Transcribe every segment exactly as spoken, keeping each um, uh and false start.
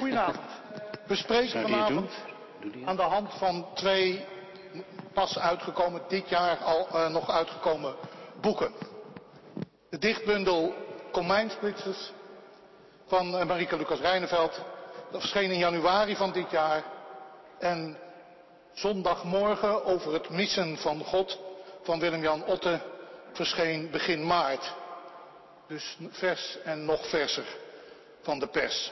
Goedenavond. We spreken vanavond aan de hand van twee pas uitgekomen, dit jaar al uh, nog uitgekomen boeken. De dichtbundel Komijnsplitsers van uh, Marieke Lucas Reineveld. Dat verscheen in januari van dit jaar. En Zondagmorgen over het missen van God van Willem-Jan Otte verscheen begin maart. Dus vers en nog verser van de pers.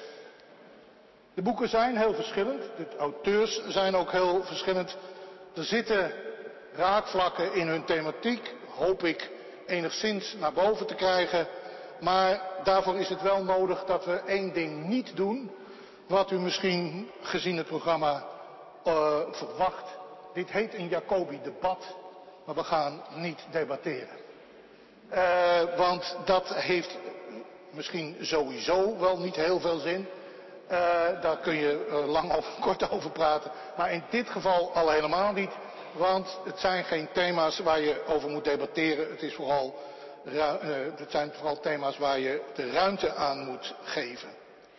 De boeken zijn heel verschillend. De auteurs zijn ook heel verschillend. Er zitten raakvlakken in hun thematiek, hoop ik enigszins naar boven te krijgen. Maar daarvoor is het wel nodig dat we één ding niet doen, wat u misschien gezien het programma uh, verwacht. Dit heet een Jacobi-debat, maar we gaan niet debatteren. Uh, want dat heeft misschien sowieso wel niet heel veel zin. Uh, daar kun je uh, lang of kort over praten. Maar in dit geval al helemaal niet. Want het zijn geen thema's waar je over moet debatteren. Het, is vooral, uh, het zijn vooral thema's waar je de ruimte aan moet geven.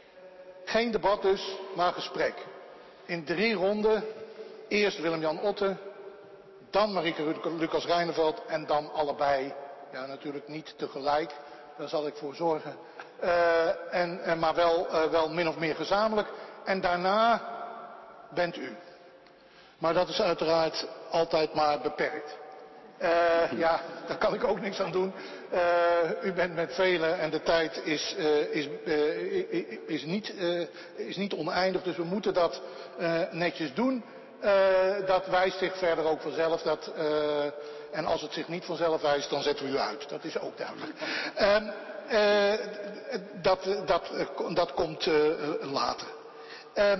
Geen debat dus, maar gesprek. In drie ronden. Eerst Willem-Jan Otte. Dan Marieke Lucas Reineveld. En dan allebei. Ja, natuurlijk niet tegelijk. Daar zal ik voor zorgen. Uh, en, en, maar wel, uh, wel min of meer gezamenlijk. En daarna bent u. Maar dat is uiteraard altijd maar beperkt. Uh, ja, daar kan ik ook niks aan doen. Uh, u bent met velen en de tijd is, uh, is, uh, is, niet, uh, is niet oneindig. Dus we moeten dat uh, netjes doen. Uh, dat wijst zich verder ook vanzelf. Dat, uh, en als het zich niet vanzelf wijst, dan zetten we u uit. Dat is ook duidelijk. Uh, Uh, dat, dat, dat komt uh, later. Uh,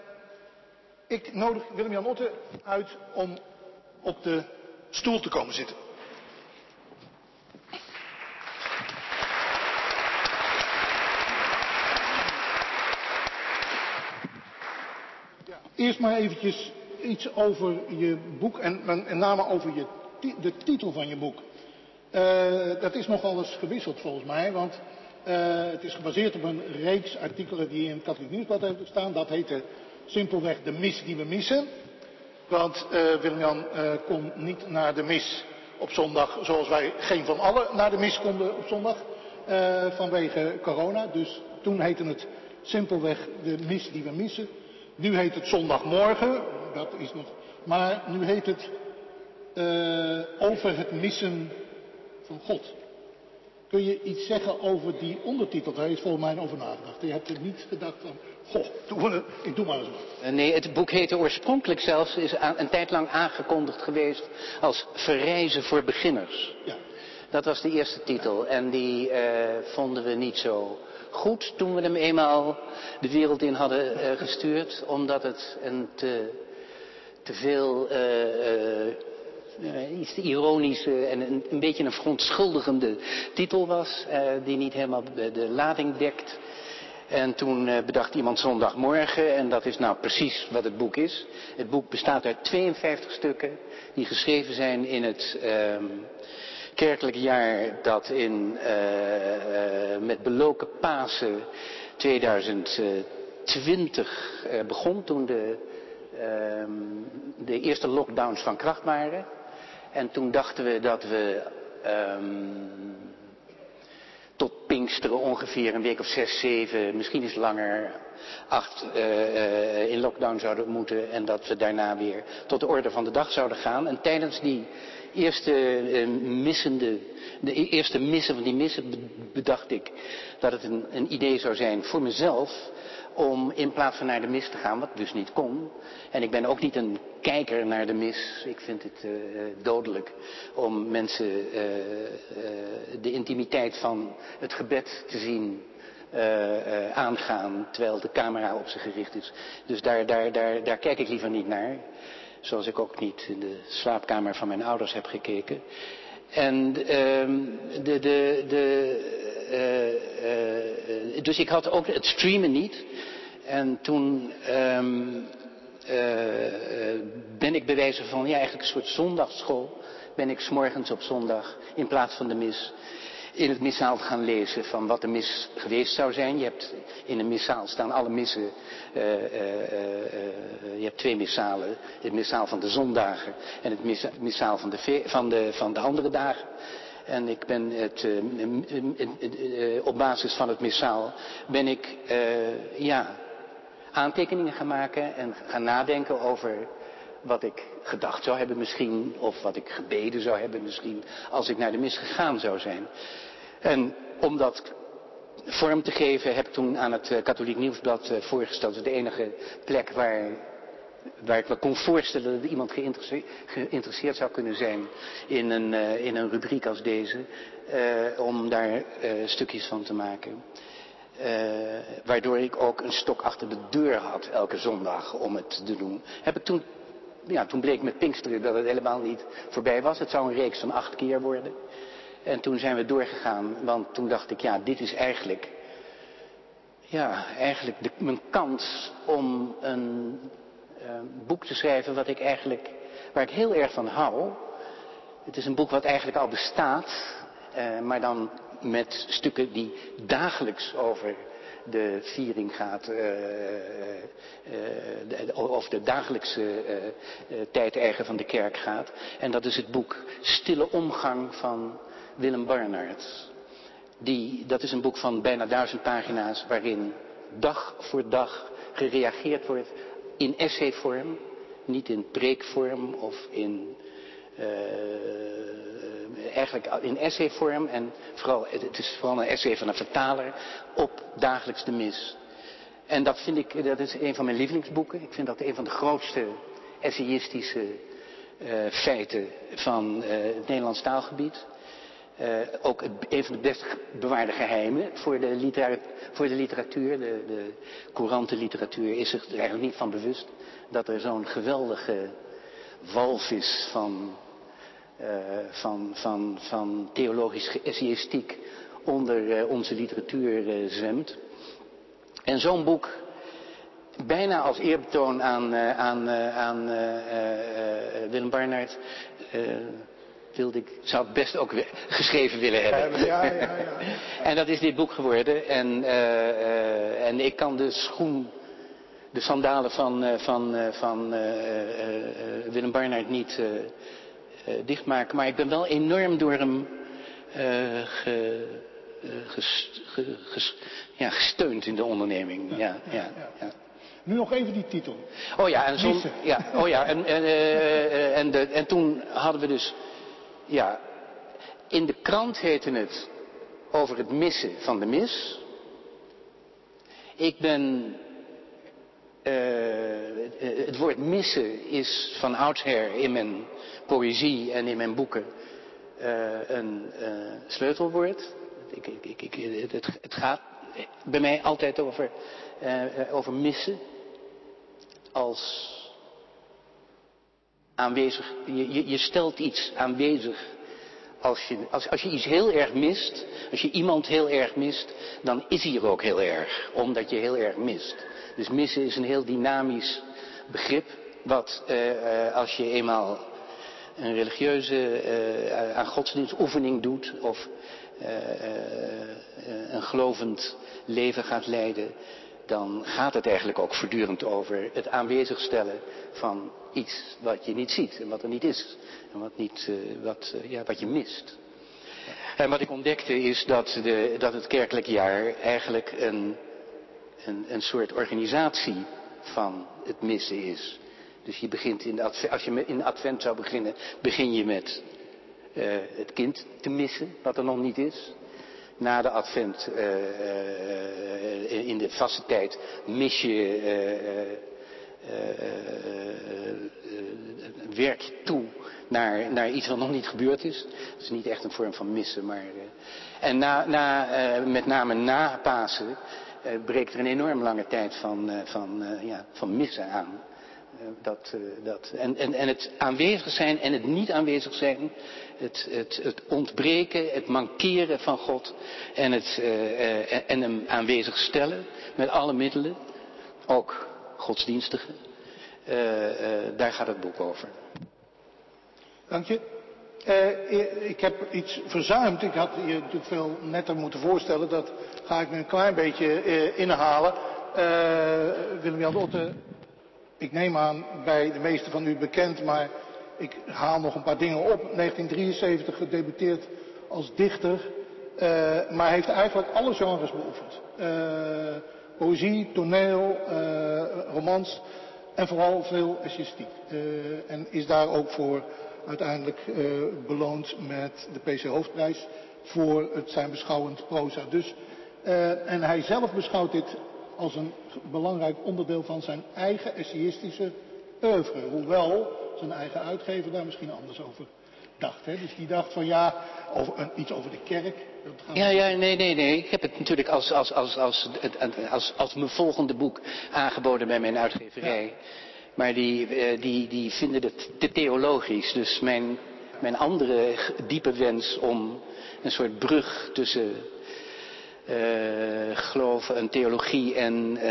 ik nodig Willem-Jan Otte uit om op de stoel te komen zitten. Ja, eerst maar eventjes iets over je boek en met name over je, de titel van je boek. Uh, dat is nogal eens gewisseld volgens mij, want uh, het is gebaseerd op een reeks artikelen die in het Katholiek Nieuwsblad heeft staan. Dat heette simpelweg De Mis die we missen. Want uh, Willem-Jan uh, kon niet naar de mis op zondag, zoals wij geen van allen naar de mis konden op zondag, uh, vanwege corona. Dus toen heette het simpelweg De Mis die we missen. Nu heet het Zondagmorgen, dat is nog, maar nu heet het uh, Over het missen van God. Kun je iets zeggen over die ondertitel? Daar is volgens mij over nagedacht. Je hebt er niet gedacht van, goh, doe, ik doe maar eens wat. Nee, het boek heette oorspronkelijk zelfs, is aan, een tijd lang aangekondigd geweest als Verrijzen voor beginners. Ja. Dat was de eerste titel en die uh, vonden we niet zo goed toen we hem eenmaal de wereld in hadden uh, gestuurd. Omdat het een te, te veel Uh, uh, Uh, iets te ironische en een, een beetje een verontschuldigende titel was, uh, die niet helemaal de, de lading dekt. En toen uh, bedacht iemand Zondagmorgen en dat is nou precies wat het boek is. Het boek bestaat uit tweeënvijftig stukken die geschreven zijn in het uh, kerkelijk jaar dat in, uh, uh, met beloken Pasen tweeduizend twintig uh, begon, toen de, uh, de eerste lockdowns van kracht waren. En toen dachten we dat we um, tot Pinksteren ongeveer een week of zes, zeven, misschien iets langer, acht uh, uh, in lockdown zouden moeten. En dat we daarna weer tot de orde van de dag zouden gaan. En tijdens die eerste uh, missende, de eerste missen van die missen bedacht ik dat het een, een idee zou zijn voor mezelf om in plaats van naar de mis te gaan, wat dus niet kon. En ik ben ook niet een kijker naar de mis. Ik vind het uh, dodelijk om mensen uh, uh, de intimiteit van het gebed te zien uh, uh, aangaan, terwijl de camera op ze gericht is. Dus daar, daar, daar, daar kijk ik liever niet naar. Zoals ik ook niet in de slaapkamer van mijn ouders heb gekeken. En uh, de, de, de, uh, uh, dus ik had ook het streamen niet. En toen um, uh, uh, ben ik bij wijze van, ja, eigenlijk een soort zondagsschool, ben ik 's morgens op zondag in plaats van de mis in het missaal gaan lezen van wat de mis geweest zou zijn. Je hebt in een missaal staan alle missen. Uh, uh, uh, uh, je hebt twee missalen. Het missaal van de zondagen en het missa, missaal van de, van, de, van de andere dagen. En ik ben het, uh, uh, uh, uh, uh, op basis van het missaal ben ik uh, ja, aantekeningen gaan maken en gaan nadenken over wat ik gedacht zou hebben misschien, of wat ik gebeden zou hebben misschien, als ik naar de mis gegaan zou zijn. En om dat vorm te geven heb ik toen aan het uh, Katholiek Nieuwsblad uh, voorgesteld. Dat is de enige plek waar, waar ik me kon voorstellen dat iemand geïnteresseerd, geïnteresseerd zou kunnen zijn in een, uh, in een rubriek als deze, uh, om daar uh, stukjes van te maken. Uh, waardoor ik ook een stok achter de deur had elke zondag om het te doen. Heb ik toen, ja, toen bleek met Pinksteren dat het helemaal niet voorbij was. Het zou een reeks van acht keer worden. En toen zijn we doorgegaan, want toen dacht ik, ja, dit is eigenlijk, ja, eigenlijk de, mijn kans om een uh, boek te schrijven wat ik eigenlijk, waar ik heel erg van hou. Het is een boek wat eigenlijk al bestaat, uh, maar dan met stukken die dagelijks over de viering gaat, uh, uh, de, of de dagelijkse uh, uh, tijdeigen van de kerk gaat. En dat is het boek Stille Omgang van Willem Barnard. Die, dat is een boek van bijna duizend pagina's waarin dag voor dag gereageerd wordt in essayvorm, niet in preekvorm of in uh, eigenlijk in essayvorm en vooral, het is vooral een essay van een vertaler op dagelijks de mis. En dat vind ik, dat is een van mijn lievelingsboeken. Ik vind dat een van de grootste essayistische uh, feiten van uh, het Nederlands taalgebied. Uh, ook het, een van de best bewaarde geheimen voor de, litera- voor de literatuur, de, de courantenliteratuur, is zich er eigenlijk niet van bewust dat er zo'n geweldige walvis van, uh, van, van, van theologische essayistiek onder uh, onze literatuur uh, zwemt. En zo'n boek, bijna als eerbetoon aan, uh, aan, uh, aan uh, uh, Willem Barnard, uh, wilde ik, zou het best ook geschreven willen hebben. Ja, ja, ja, ja. En dat is dit boek geworden. En, uh, uh, en ik kan de schoen, de sandalen van, uh, van, uh, van uh, uh, uh, Willem Barnard niet uh, uh, dichtmaken. Maar ik ben wel enorm door hem uh, ge, uh, ges, ge, ges, ja, gesteund in de onderneming. Ja, ja, ja, ja. Nu nog even die titel. Oh ja, en, zo, ja, oh ja, en, en, uh, en, de, en toen hadden we dus... Ja, in de krant heette het over het missen van de mis. Ik ben, uh, het woord missen is van oudsher in mijn poëzie en in mijn boeken uh, een uh, sleutelwoord. Ik, ik, ik, ik, het, het gaat bij mij altijd over, uh, over missen als... aanwezig, je, je stelt iets aanwezig. Als je, als, als je iets heel erg mist, als je iemand heel erg mist, dan is hij er ook heel erg, omdat je heel erg mist. Dus missen is een heel dynamisch begrip, wat uh, uh, als je eenmaal een religieuze uh, aan godsdienstoefening doet, of uh, uh, een gelovend leven gaat leiden, dan gaat het eigenlijk ook voortdurend over het aanwezig stellen van iets wat je niet ziet en wat er niet is. En wat, niet, uh, wat, uh, ja, wat je mist. En wat ik ontdekte is dat, de, dat het kerkelijk jaar eigenlijk een, een, een soort organisatie van het missen is. Dus je begint in de advent, als je in de advent zou beginnen, begin je met uh, het kind te missen, wat er nog niet is. Na de advent, uh, uh, in de vaste tijd, mis je, uh, uh, uh, uh, werk je toe naar, naar iets wat nog niet gebeurd is. Het is niet echt een vorm van missen, maar... Uh, en na, na, uh, met name na Pasen uh, breekt er een enorm lange tijd van, uh, van, uh, ja, van missen aan. Uh, dat, uh, dat, en, en, en het aanwezig zijn en het niet aanwezig zijn, het, het, het ontbreken, het mankeren van God en, het, uh, uh, en hem aanwezig stellen met alle middelen, ook godsdienstige, uh, uh, daar gaat het boek over. Dank je. Uh, ik heb iets verzuimd. Ik had je natuurlijk veel netter moeten voorstellen. Dat ga ik nu een klein beetje uh, inhalen. Uh, Willem-Jan de Otte, ik neem aan bij de meesten van u bekend, maar ik haal nog een paar dingen op. negentien drieënzeventig gedebuteerd als dichter, uh, maar heeft eigenlijk alle genres beoefend. Uh, poëzie, toneel, uh, romans en vooral veel essayistiek. Uh, en is daar ook voor uiteindelijk uh, beloond met de P C Hoofdprijs voor het zijn beschouwend proza. Dus, uh, en hij zelf beschouwt dit als een belangrijk onderdeel van zijn eigen essayistische oeuvre. Hoewel zijn eigen uitgever daar misschien anders over dacht. Hè? Dus die dacht van ja, over, een, iets over de kerk. Dat gaat ja, ja, nee, nee, nee. Ik heb het natuurlijk als, als, als, als, als, als, als mijn volgende boek aangeboden bij mijn uitgeverij. Ja. Maar die, die, die vinden het te theologisch. Dus mijn, mijn andere diepe wens om een soort brug tussen uh, geloof en theologie en, uh,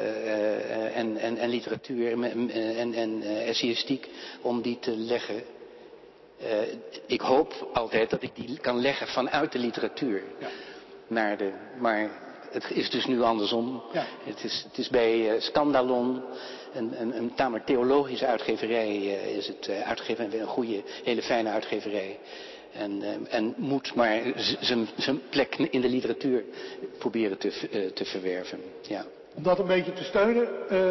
uh, en, en, en literatuur en, en, en uh, essayistiek, om die te leggen. Uh, ik hoop altijd dat ik die kan leggen vanuit de literatuur. Ja. Naar de, maar het is dus nu andersom. Ja. Het, is, het is bij uh, Scandalon, een, een, een tamelijk theologische uitgeverij, uh, is het uh, uitgever, een goede, hele fijne uitgeverij. En, uh, en moet maar zijn plek in de literatuur proberen te, uh, te verwerven. Ja. Om dat een beetje te steunen,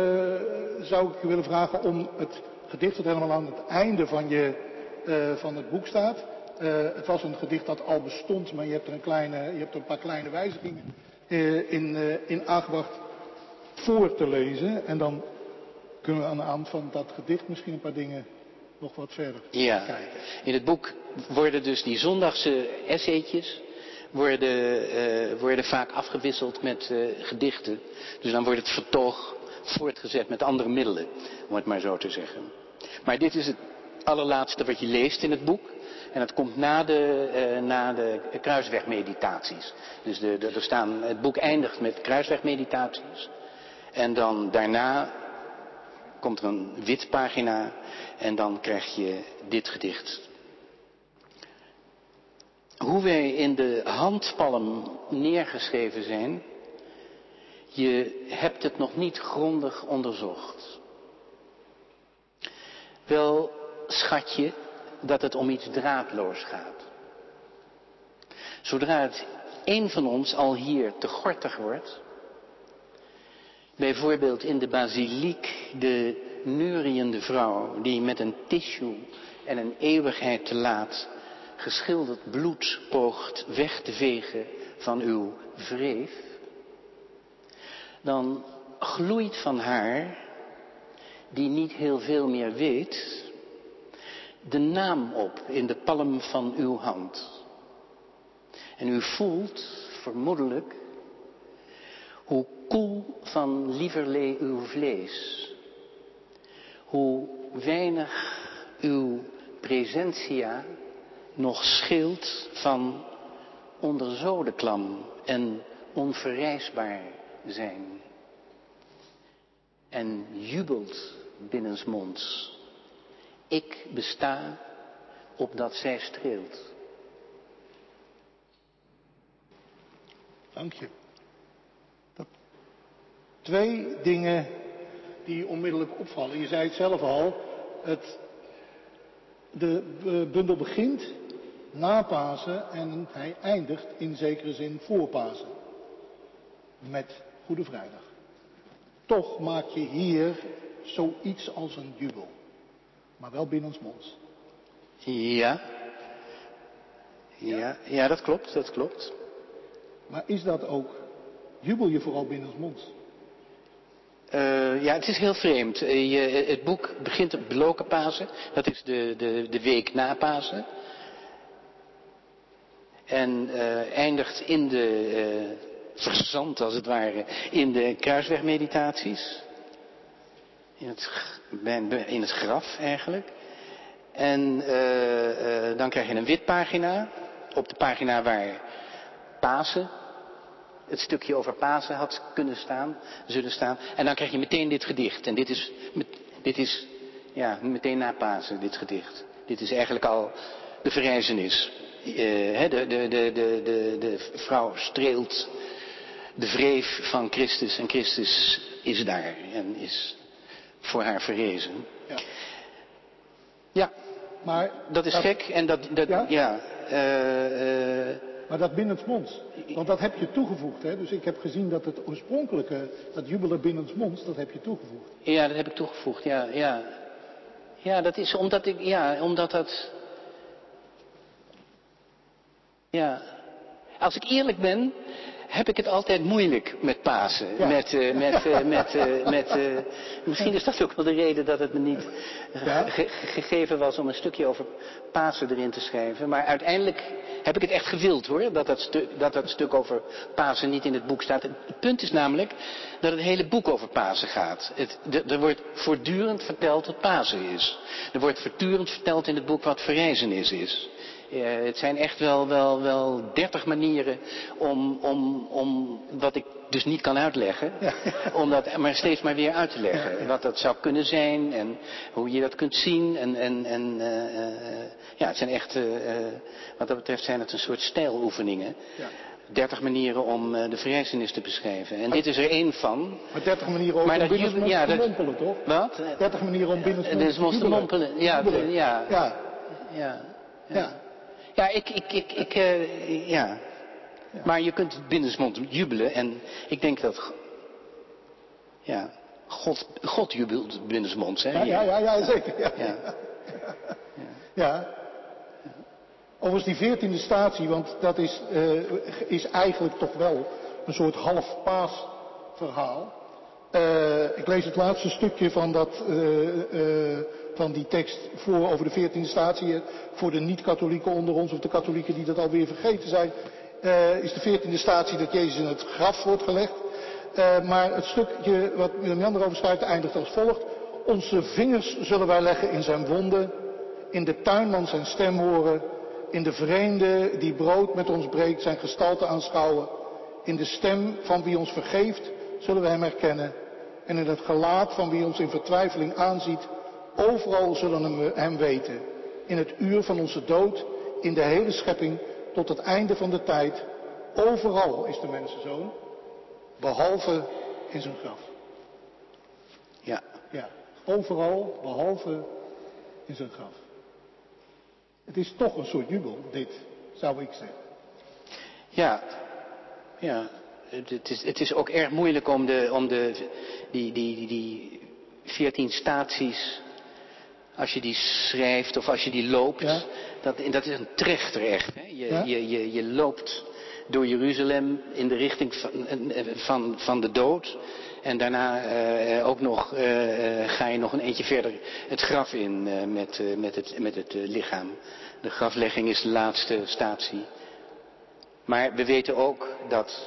uh, zou ik je willen vragen om het gedicht dat helemaal aan het einde van, je, uh, van het boek staat. Uh, het was een gedicht dat al bestond, maar je hebt er een, kleine, je hebt er een paar kleine wijzigingen uh, in, uh, in aangebracht voor te lezen. En dan kunnen we aan de hand van dat gedicht misschien een paar dingen nog wat verder ja. kijken. In het boek worden dus die zondagse essaytjes worden, uh, worden vaak afgewisseld met uh, gedichten. Dus dan wordt het vertoog voortgezet met andere middelen, om het maar zo te zeggen. Maar dit is het allerlaatste wat je leest in het boek. En dat komt na de, uh, na de kruiswegmeditaties. Dus de, de, er staan, het boek eindigt met kruiswegmeditaties. En dan daarna komt er een wit pagina en dan krijg je dit gedicht. Hoe wij in de handpalm neergeschreven zijn, je hebt het nog niet grondig onderzocht. Wel schat je dat het om iets draadloos gaat. Zodra het een van ons al hier te gortig wordt, bijvoorbeeld in de basiliek de neuriënde vrouw die met een tissue en een eeuwigheid te laat geschilderd bloed poogt weg te vegen van uw wreef, dan gloeit van haar, die niet heel veel meer weet, de naam op in de palm van uw hand. En u voelt vermoedelijk hoe koel van lieverlee uw vlees, hoe weinig uw presentia nog scheelt van onderzodenklam en onverrijsbaar zijn. En jubelt binnensmonds. Ik besta opdat zij streelt. Dank je. Twee dingen die onmiddellijk opvallen. Je zei het zelf al. Het, de bundel begint na Pasen en hij eindigt in zekere zin voor Pasen. Met Goede Vrijdag. Toch maak je hier zoiets als een jubel. Maar wel binnensmonds. Ja. Ja, ja, dat klopt, dat klopt. Maar is dat ook, jubel je vooral binnensmonds? Uh, ja, het is heel vreemd. Uh, je, het boek begint op Beloken Pasen. Dat is de, de, de week na Pasen. En uh, eindigt in de, uh, verzand als het ware, in de kruiswegmeditaties. In het, in het graf eigenlijk. En uh, uh, dan krijg je een wit pagina. Op de pagina waar Pasen, het stukje over Pasen had kunnen staan, zullen staan. En dan krijg je meteen dit gedicht. En dit is, dit is ja, meteen na Pasen, dit gedicht. Dit is eigenlijk al de verrijzenis. Uh, de, de, de, de, de, de vrouw streelt de wreef van Christus en Christus is daar en is voor haar verrezen. Ja, ja, maar dat is dat, gek en dat, dat ja... ja uh, uh, maar dat binnensmonds, want dat heb je toegevoegd, hè? Dus ik heb gezien dat het oorspronkelijke, dat jubelen binnensmonds, dat heb je toegevoegd. Ja, dat heb ik toegevoegd, ja, ja. Ja, dat is omdat ik, ja, omdat dat... Ja, als ik eerlijk ben, heb ik het altijd moeilijk met Pasen. Ja. Met, uh, met, uh, met, uh, met uh, misschien is dat ook wel de reden dat het me niet ja. ge- gegeven was om een stukje over Pasen erin te schrijven. Maar uiteindelijk heb ik het echt gewild hoor, dat dat, stu- dat dat stuk over Pasen niet in het boek staat. Het punt is namelijk dat het hele boek over Pasen gaat. Het, de, er wordt voortdurend verteld wat Pasen is. Er wordt voortdurend verteld in het boek wat verrijzenis is. Uh, het zijn echt wel, wel, wel dertig manieren om, om, om wat ik dus niet kan uitleggen, ja. om dat maar steeds maar weer uit te leggen. Ja. Wat dat zou kunnen zijn en hoe je dat kunt zien. En, en, en uh, uh, ja, het zijn echt, uh, wat dat betreft zijn het een soort stijloefeningen. Ja. dertig manieren om uh, de verrijzenis te beschrijven. En maar, dit is er één van. Maar dertig manieren om binnensmonds ja, te mompelen, toch? Wat? dertig manieren om binnensmonds te mompelen. Ja, ja, ja. ja. ja. ja. Ja, ik, ik, ik, ik uh, ja. ja. Maar je kunt binnensmonds jubelen en ik denk dat, ja, God, God jubelt binnensmonds, hè? Ja, ja, ja, ja zeker. Ja. Ja. Ja. ja. Overigens die veertiende statie, want dat is, uh, is eigenlijk toch wel een soort half paasverhaal. Uh, ik lees het laatste stukje van dat... Uh, uh, van die tekst voor over de veertiende statie. Voor de niet-katholieken onder ons of de katholieken die dat alweer vergeten zijn. Uh, is de veertiende statie dat Jezus in het graf wordt gelegd. Uh, maar het stukje wat Willem Jan erover schrijft eindigt als volgt. Onze vingers zullen wij leggen in zijn wonden. In de tuinman zijn stem horen. In de vreemde die brood met ons breekt zijn gestalte aanschouwen. In de stem van wie ons vergeeft zullen we hem herkennen. En in het gelaat van wie ons in vertwijfeling aanziet. Overal zullen we hem weten. In het uur van onze dood, in de hele schepping, tot het einde van de tijd. Overal is de mensenzoon, behalve in zijn graf. Ja. Ja, overal, behalve in zijn graf. Het is toch een soort jubel, dit, zou ik zeggen. Ja, ja. Het is, het is ook erg moeilijk om de, om de, die, die, die, die veertien staties... Als je die schrijft of als je die loopt, ja. dat, dat is een trechter echt. Hè? Je, ja. je, je, je loopt door Jeruzalem in de richting van, van, van de dood. En daarna uh, ook nog, uh, ga je nog een eentje verder het graf in uh, met, uh, met het, met het uh, lichaam. De graflegging is de laatste statie. Maar we weten ook dat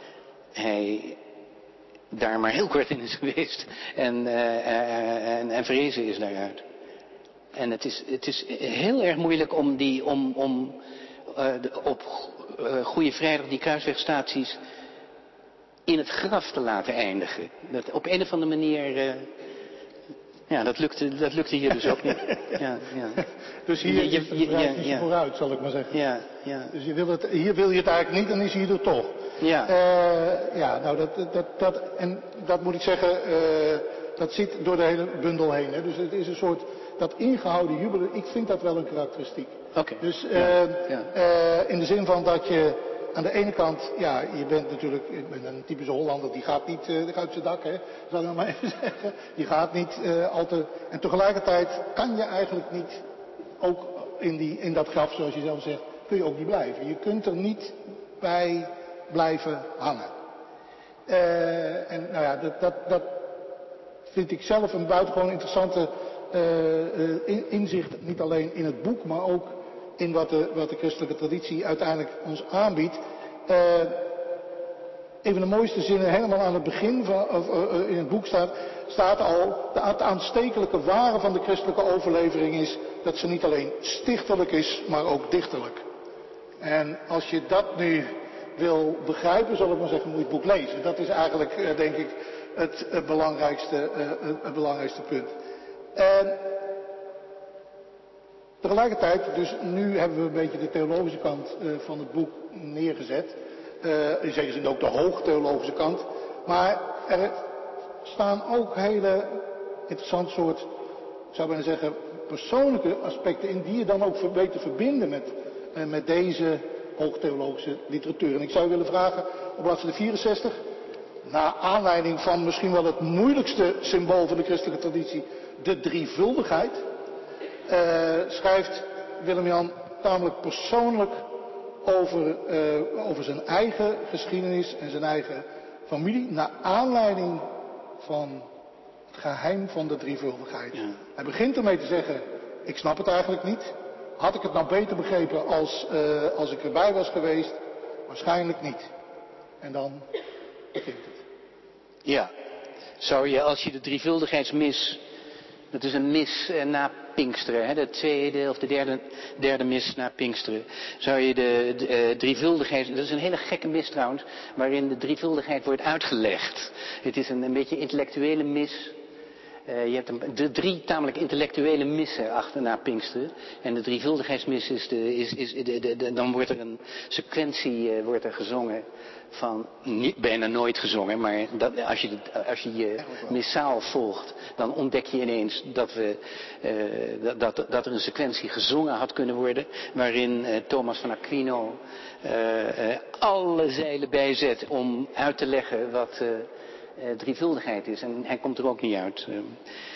hij daar maar heel kort in is geweest en, uh, uh, en, en verrezen is daaruit. En het is, het is heel erg moeilijk om, die, om, om uh, de, op uh, Goede Vrijdag die kruiswegstaties in het graf te laten eindigen. Dat op een of andere manier, uh, ja, dat lukte, dat lukte hier dus ook niet. Ja, ja. Dus hier je, je, is het je, ja, ja. vooruit, zal ik maar zeggen. Ja, ja. Dus je wil het, hier wil je het eigenlijk niet en is hier er toch. Ja. Uh, ja, nou dat, dat, dat, en dat moet ik zeggen, uh, dat zit door de hele bundel heen. Hè. Dus het is een soort, dat ingehouden jubelen, ik vind dat wel een karakteristiek. Oké. Okay. Dus uh, ja. Ja. Uh, in de zin van dat je aan de ene kant, ja, je bent natuurlijk, ik ben een typische Hollander, die gaat niet uh, uit zijn dak, hè, zal ik maar even zeggen. Die gaat niet uh, al te, en tegelijkertijd kan je eigenlijk niet, ook in, die, in dat graf, zoals je zelf zegt, kun je ook niet blijven. Je kunt er niet bij blijven hangen. Uh, en nou ja, dat, dat, dat vind ik zelf een buitengewoon interessante uh, uh, inzicht, niet alleen in het boek, maar ook in wat de, wat de christelijke traditie uiteindelijk ons aanbiedt. Uh, een van de mooiste zinnen helemaal aan het begin van, of, uh, in het boek staat, staat al, de, het aanstekelijke ware van de christelijke overlevering is dat ze niet alleen stichtelijk is, maar ook dichterlijk. En als je dat nu wil begrijpen, zal ik maar zeggen, moet je het boek lezen. Dat is eigenlijk, uh, denk ik, het, het, belangrijkste, uh, het belangrijkste punt. En Tegelijkertijd, dus nu hebben we een beetje de theologische kant uh, van het boek neergezet. Uh, in zekere zin ook de hoogtheologische kant. Maar er staan ook hele interessant soort, ik zou bijna zeggen, persoonlijke aspecten in die je dan ook weet te verbinden met, uh, met deze hoogtheologische literatuur. En ik zou je willen vragen op bladzijde vierenzestig, naar aanleiding van misschien wel het moeilijkste symbool van de christelijke traditie, de drievuldigheid, uh, schrijft Willem-Jan tamelijk persoonlijk over, uh, over zijn eigen geschiedenis en zijn eigen familie, naar aanleiding van het geheim van de drievuldigheid. Ja. Hij begint ermee te zeggen, ik snap het eigenlijk niet. Had ik het nou beter begrepen als, uh, als ik erbij was geweest? Waarschijnlijk niet. En dan begint het. Ja, zou je als je de drievuldigheidsmis, dat is een mis eh, na Pinksteren, hè, de tweede of de derde, derde mis na Pinksteren, zou je de, de uh, drievuldigheid, dat is een hele gekke mis trouwens, waarin de drievuldigheid wordt uitgelegd. Het is een, een beetje intellectuele mis. Uh, je hebt een, de drie tamelijk intellectuele missen achterna Pinksteren. En de drievuldigheidsmis is, de, is, is de, de, de, dan wordt er een sequentie uh, wordt er gezongen van, niet, bijna nooit gezongen, maar dat, als je als je, je missaal volgt, dan ontdek je ineens dat, we, uh, dat, dat er een sequentie gezongen had kunnen worden, waarin uh, Thomas van Aquino uh, uh, alle zeilen bijzet om uit te leggen wat Uh, Uh, drievuldigheid is. En hij komt er ook niet uit. Uh,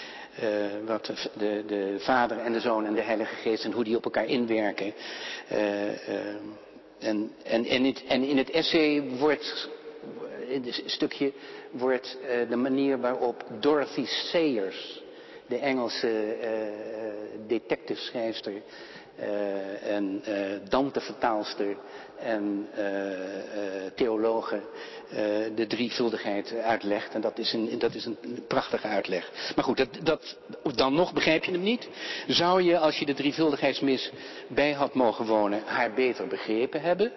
uh, wat de, de Vader en de Zoon en de Heilige Geest en hoe die op elkaar inwerken. Uh, uh, en, en, en, het, en in het essay wordt, in het stukje, wordt uh, de manier waarop Dorothy Sayers, de Engelse uh, detective schrijfster, Uh, en uh, Dante-vertaalster en uh, uh, theologe uh, de drievuldigheid uitlegt. En dat is, een, dat is een prachtige uitleg. Maar goed, dat, dat, dan nog begrijp je hem niet. Zou je, als je de drievuldigheidsmis bij had mogen wonen, haar beter begrepen hebben?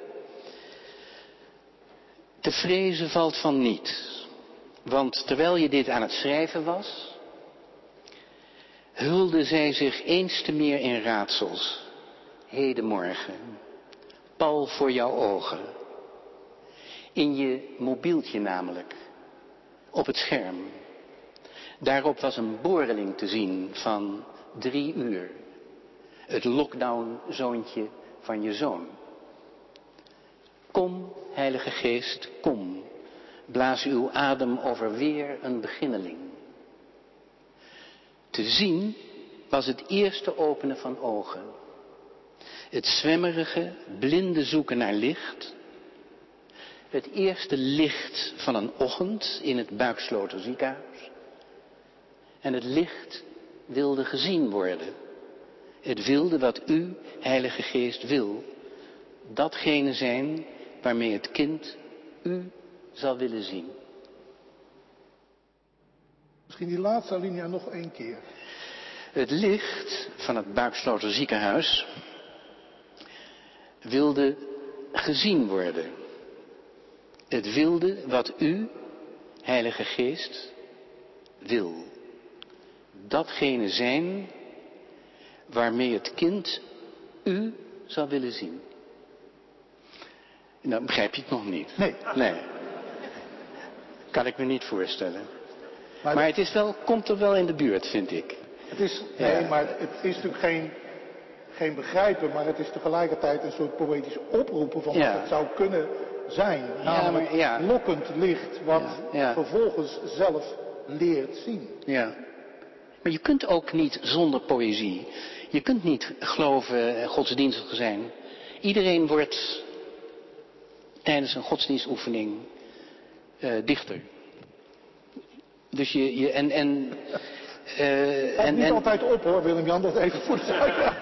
Te vrezen valt van niet. Want terwijl je dit aan het schrijven was, hulde zij zich eens te meer in raadsels. Hedenmorgen, pal voor jouw ogen. In je mobieltje namelijk, op het scherm. Daarop was een boreling te zien van drie uur. Het lockdown-zoontje van je zoon. Kom, Heilige Geest, kom. Blaas uw adem over weer een beginneling. Te zien was het eerste openen van ogen. Het zwemmerige, blinde zoeken naar licht. Het eerste licht van een ochtend in het Buiksloter ziekenhuis. En het licht wilde gezien worden. Het wilde wat u, Heilige Geest, wil. Datgene zijn waarmee het kind u zal willen zien. Misschien die laatste alinea nog één keer. Het licht van het Buiksloter ziekenhuis wilde gezien worden. Het wilde wat u, Heilige Geest, wil. Datgene zijn waarmee het kind u zal willen zien. Nou, begrijp je het nog niet? Nee. Nee. Kan ik me niet voorstellen. Maar, maar het is wel, komt er wel in de buurt, vind ik. Het is, nee, ja. maar het is natuurlijk geen, geen begrijpen, maar het is tegelijkertijd een soort poëtisch oproepen van ja. wat het zou kunnen zijn. Namelijk ja, maar, ja. lokkend licht, wat ja, ja. vervolgens zelf leert zien. Ja. Maar je kunt ook niet zonder poëzie. Je kunt niet geloven, godsdienstig zijn. Iedereen wordt tijdens een godsdienstoefening uh, dichter. Dus je, je en, en, uh, en, niet en, altijd op hoor, Willem-Jan, dat even voor de zaak.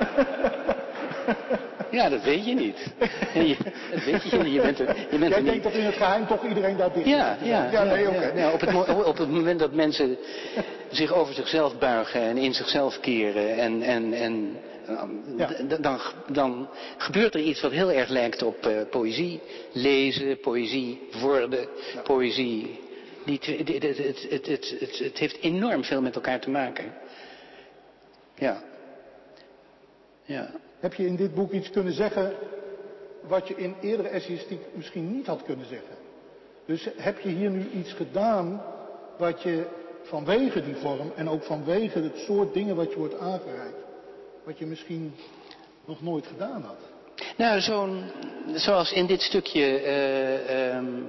Ja, dat weet je niet. Je, dat weet je niet. Je bent er, je bent Jij er denkt niet. dat in het geheim toch iedereen daar dicht ja, is? ja, ja, ja, nee, okay. ja, ja. Op, het, op het moment dat mensen zich over zichzelf buigen en in zichzelf keren en, en, en ja. dan, dan gebeurt er iets wat heel erg lijkt op uh, poëzie. Lezen, poëzie worden, ja. poëzie. Die, het, het, het, het, het, het, het heeft enorm veel met elkaar te maken. Ja. Ja. Heb je in dit boek iets kunnen zeggen wat je in eerdere essayistiek misschien niet had kunnen zeggen? Dus heb je hier nu iets gedaan wat je vanwege die vorm en ook vanwege het soort dingen wat je wordt aangereikt, wat je misschien nog nooit gedaan had? Nou, zo'n, zoals in dit stukje uh, um,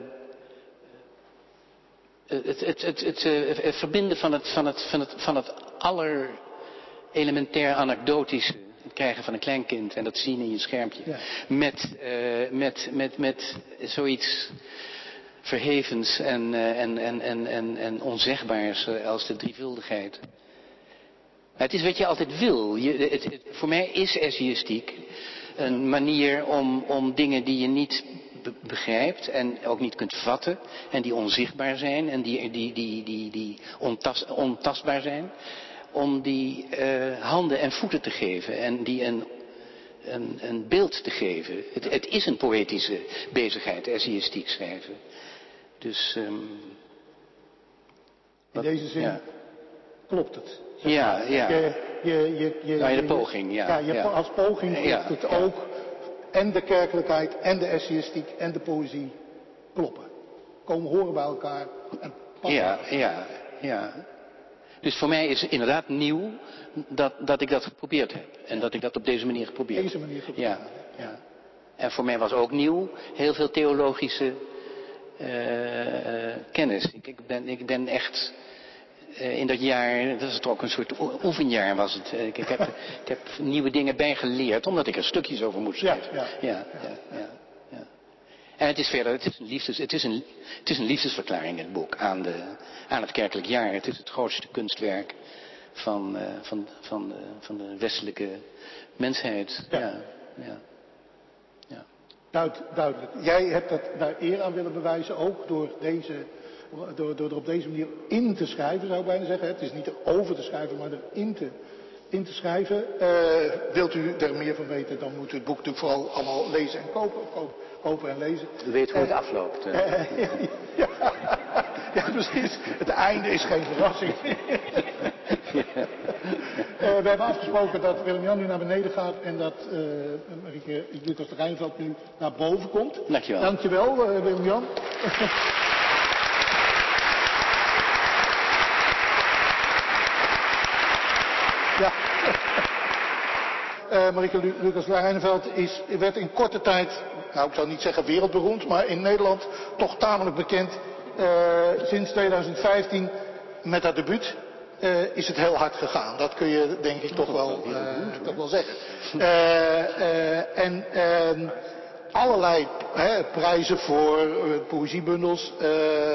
het, het, het, het, het verbinden van het, van het, van het, van het allerelementair anekdotische, het krijgen van een kleinkind en dat zien in je schermpje, ja. met, uh, met, met, met zoiets verhevens en, uh, en, en, en, en, en onzegbaars uh, als de drievuldigheid. Het is wat je altijd wil. Je, het, het, voor mij is essayistiek een manier om, om dingen die je niet be- begrijpt en ook niet kunt vatten en die onzichtbaar zijn en die, die, die, die, die ontast, ontastbaar zijn, om die uh, handen en voeten te geven en die een, een, een beeld te geven. Het, het is een poëtische bezigheid, essayistiek schrijven. Dus um, in deze zin ja. klopt het. Ja, ja. Je, je, je, je, nou, je, de poging, ja. Ja, je, ja. als poging klopt ja, het ja. ook. En de kerkelijkheid, en de essayistiek, en de poëzie kloppen. Komen horen bij elkaar. En ja, ja, ja. Dus voor mij is het inderdaad nieuw dat, dat ik dat geprobeerd heb. En dat ik dat op deze manier geprobeerd heb. Deze manier geprobeerd. Ja, ja. En voor mij was ook nieuw heel veel theologische uh, uh, kennis. Ik, ik, ben, ik ben echt uh, in dat jaar, dat is toch ook een soort oefenjaar was het. Ik, ik, heb, ik heb nieuwe dingen bijgeleerd, omdat ik er stukjes over moest schrijven. Ja, ja. Ja, ja, ja, ja. En het is verder, het is een, liefdes, het is een, het is een liefdesverklaring, het boek, aan, de, aan het kerkelijk jaar. Het is het grootste kunstwerk van, uh, van, van, de, van de westelijke mensheid. Ja. Ja, ja. Ja. Duid, duidelijk. Jij hebt dat daar eer aan willen bewijzen, ook door, deze, door, door er op deze manier in te schrijven, zou ik bijna zeggen. Het is niet erover te schrijven, maar erin te, in te schrijven. Uh, wilt u er meer van weten, dan moet u het boek natuurlijk vooral allemaal lezen en kopen. Of kopen, kopen en lezen. U weet hoe het uh, afloopt. Uh. Uh, ja, ja, precies. Het einde is geen verrassing. Uh, we hebben afgesproken dat Willem-Jan nu naar beneden gaat en dat uh, Marieke Lucas de Rijnveld nu naar boven komt. Dankjewel. Dankjewel, uh, Willem-Jan. Ja. Uh, Marieke Lu- Lucas de Rijnveld is, werd in korte tijd, nou ik zou niet zeggen wereldberoemd, maar in Nederland toch tamelijk bekend. Uh, sinds tweeduizend vijftien met haar debuut. Uh, is het heel hard gegaan. Dat kun je denk ik toch wel, uh, toch wel zeggen. Uh, uh, en uh, allerlei hè, prijzen voor uh, poëziebundels. Uh,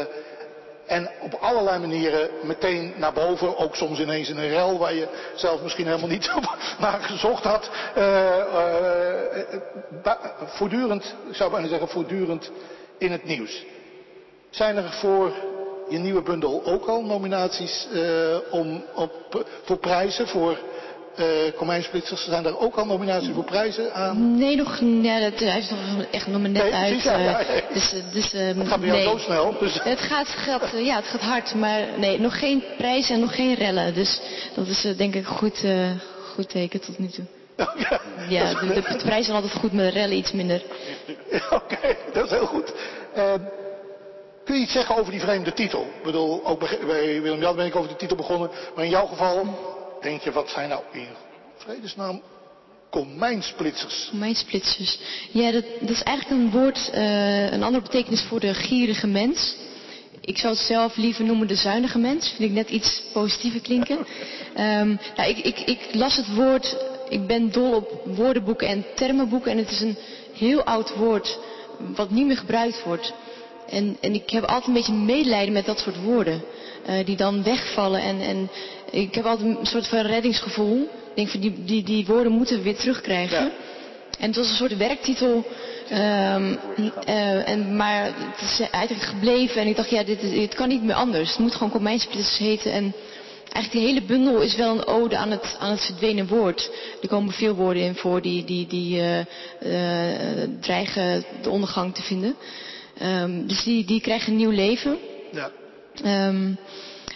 en op allerlei manieren meteen naar boven. Ook soms ineens in een rel waar je zelf misschien helemaal niet naar gezocht had. Uh, uh, ba- voortdurend, ik zou bijna zeggen voortdurend in het nieuws. Zijn er voor je nieuwe bundel ook al nominaties uh, om, op, voor prijzen, voor uh, Komijnsplitsers? Zijn er ook al nominaties voor prijzen aan? Nee, nog ja, dat, hij is nog echt nog maar net nee, uit. Precies, ja, ja, ja. Dus, dus, uh, het gaat bij jou nee. zo snel. Dus. Het gaat, gaat, ja, het gaat hard, maar nee, nog geen prijzen en nog geen rellen. Dus dat is uh, denk ik een goed, uh, goed teken tot nu toe. Ja, ja de, de, de prijzen zijn altijd goed, maar de rellen iets minder. Oké, okay, dat is heel goed. Uh, Kun je iets zeggen over die vreemde titel? Ik bedoel, ook bij, bij Willem-Jan ben ik over de titel begonnen. Maar in jouw geval denk je, wat zijn nou in vredesnaam komijnsplitsers? Komijnsplitsers. Ja, dat, dat is eigenlijk een woord, uh, een andere betekenis voor de gierige mens. Ik zou het zelf liever noemen de zuinige mens. Vind ik net iets positiever klinken. Um, nou, ik, ik, ik las het woord, ik ben dol op woordenboeken en termenboeken. En het is een heel oud woord wat niet meer gebruikt wordt. En, en ik heb altijd een beetje medelijden met dat soort woorden. Uh, die dan wegvallen. En, en ik heb altijd een soort van reddingsgevoel. Ik denk van die, die, die woorden moeten we weer terugkrijgen. Ja. En het was een soort werktitel. Um, uh, en, maar het is eigenlijk gebleven. En ik dacht, ja, dit, dit kan niet meer anders. Het moet gewoon Komijnsplitsers heten. En eigenlijk die hele bundel is wel een ode aan het, aan het verdwenen woord. Er komen veel woorden in voor die, die, die uh, uh, dreigen de ondergang te vinden. Um, dus die, die krijgen een nieuw leven. Ja. Um,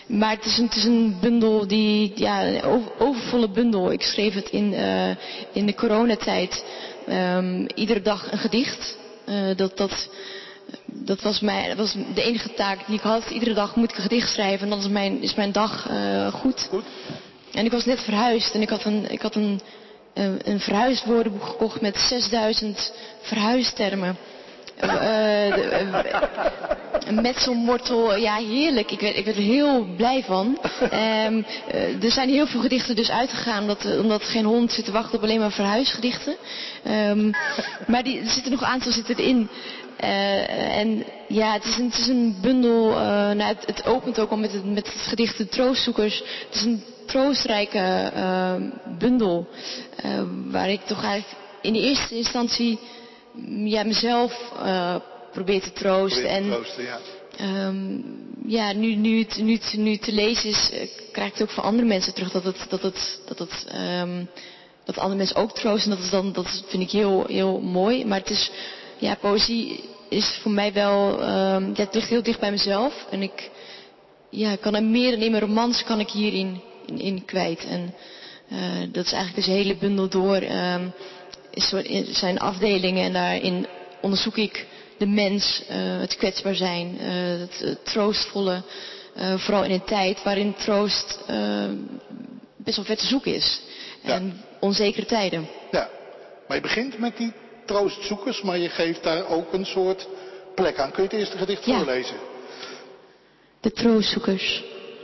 maar het is, een, het is een bundel die, ja, een over, overvolle bundel. Ik schreef het in, uh, in de coronatijd. Um, iedere dag een gedicht. Uh, dat, dat, dat, was mijn, dat was de enige taak die ik had. Iedere dag moet ik een gedicht schrijven en dan is mijn, is mijn dag uh, goed. goed. En ik was net verhuisd en ik had een, ik had een, een, een verhuiswoordenboek gekocht met zesduizend verhuistermen. Uh, de, uh, metselmortel, ja heerlijk. Ik werd, ik werd er heel blij van. Um, uh, er zijn heel veel gedichten dus uitgegaan omdat, uh, omdat geen hond zit te wachten op alleen maar verhuisgedichten. Um, maar die, er zitten nog een aantal zitten erin. Uh, en ja, het is een, het is een bundel. Uh, nou, het, het opent ook al met het, met het gedicht De Troostzoekers. Het is een troostrijke uh, bundel. Uh, waar ik toch eigenlijk in de eerste instantie ja, mezelf uh, probeer te troosten. Probeer te en, troosten, ja. Um, ja, nu, nu, het, nu, het, nu het te lezen is, uh, krijg ik het ook van andere mensen terug dat het, dat het, dat het, um, dat andere mensen ook troosten. Dat is dan, dat vind ik heel, heel mooi. Maar het is, ja, poëzie is voor mij wel, um, ja, het ligt heel dicht bij mezelf. En ik, ja, kan er meer dan in mijn romans kan ik hierin in, in kwijt. En uh, dat is eigenlijk dus een hele bundel door. Um, is zo, zijn afdelingen en daarin onderzoek ik de mens, uh, het kwetsbaar zijn, uh, het, het troostvolle, uh, vooral in een tijd waarin troost uh, best wel ver te zoeken is. Ja. En onzekere tijden. Ja, maar je begint met die troostzoekers, maar je geeft daar ook een soort plek aan. Kun je het eerste gedicht ja. voorlezen? De troostzoekers.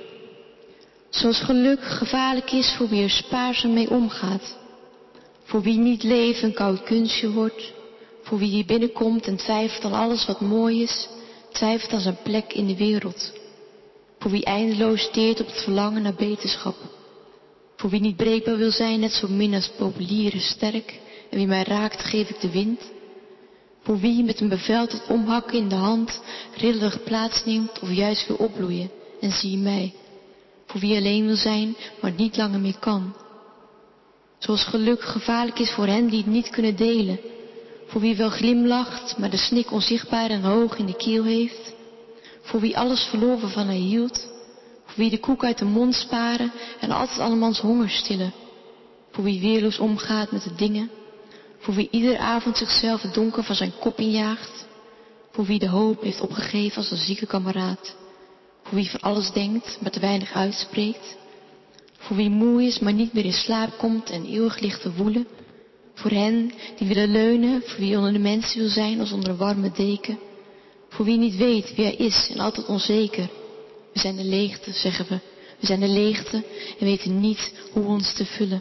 Zoals geluk gevaarlijk is voor wie er spaarzaam mee omgaat. Voor wie niet leven een koud kunstje wordt. Voor wie hier binnenkomt en twijfelt aan alles wat mooi is. Twijfelt aan zijn plek in de wereld. Voor wie eindeloos steert op het verlangen naar beterschap. Voor wie niet breekbaar wil zijn, net zo min als populieren sterk. En wie mij raakt, geef ik de wind. Voor wie met een bevel tot omhakken in de hand rillerig plaatsneemt of juist wil opbloeien. En zie je mij. Voor wie alleen wil zijn, maar niet langer meer kan. Zoals geluk gevaarlijk is voor hen die het niet kunnen delen. Voor wie wel glimlacht, maar de snik onzichtbaar en hoog in de keel heeft. Voor wie alles verloor waarvan hij hield. Voor wie de koek uit de mond sparen en altijd allemans honger stillen. Voor wie weerloos omgaat met de dingen. Voor wie iedere avond zichzelf het donker van zijn kop injaagt. Voor wie de hoop heeft opgegeven als een zieke kameraad. Voor wie van alles denkt, maar te weinig uitspreekt. Voor wie moe is, maar niet meer in slaap komt en eeuwig ligt te woelen. Voor hen die willen leunen, voor wie onder de mensen wil zijn als onder een warme deken. Voor wie niet weet wie hij is en altijd onzeker. We zijn de leegte, zeggen we. We zijn de leegte en weten niet hoe ons te vullen.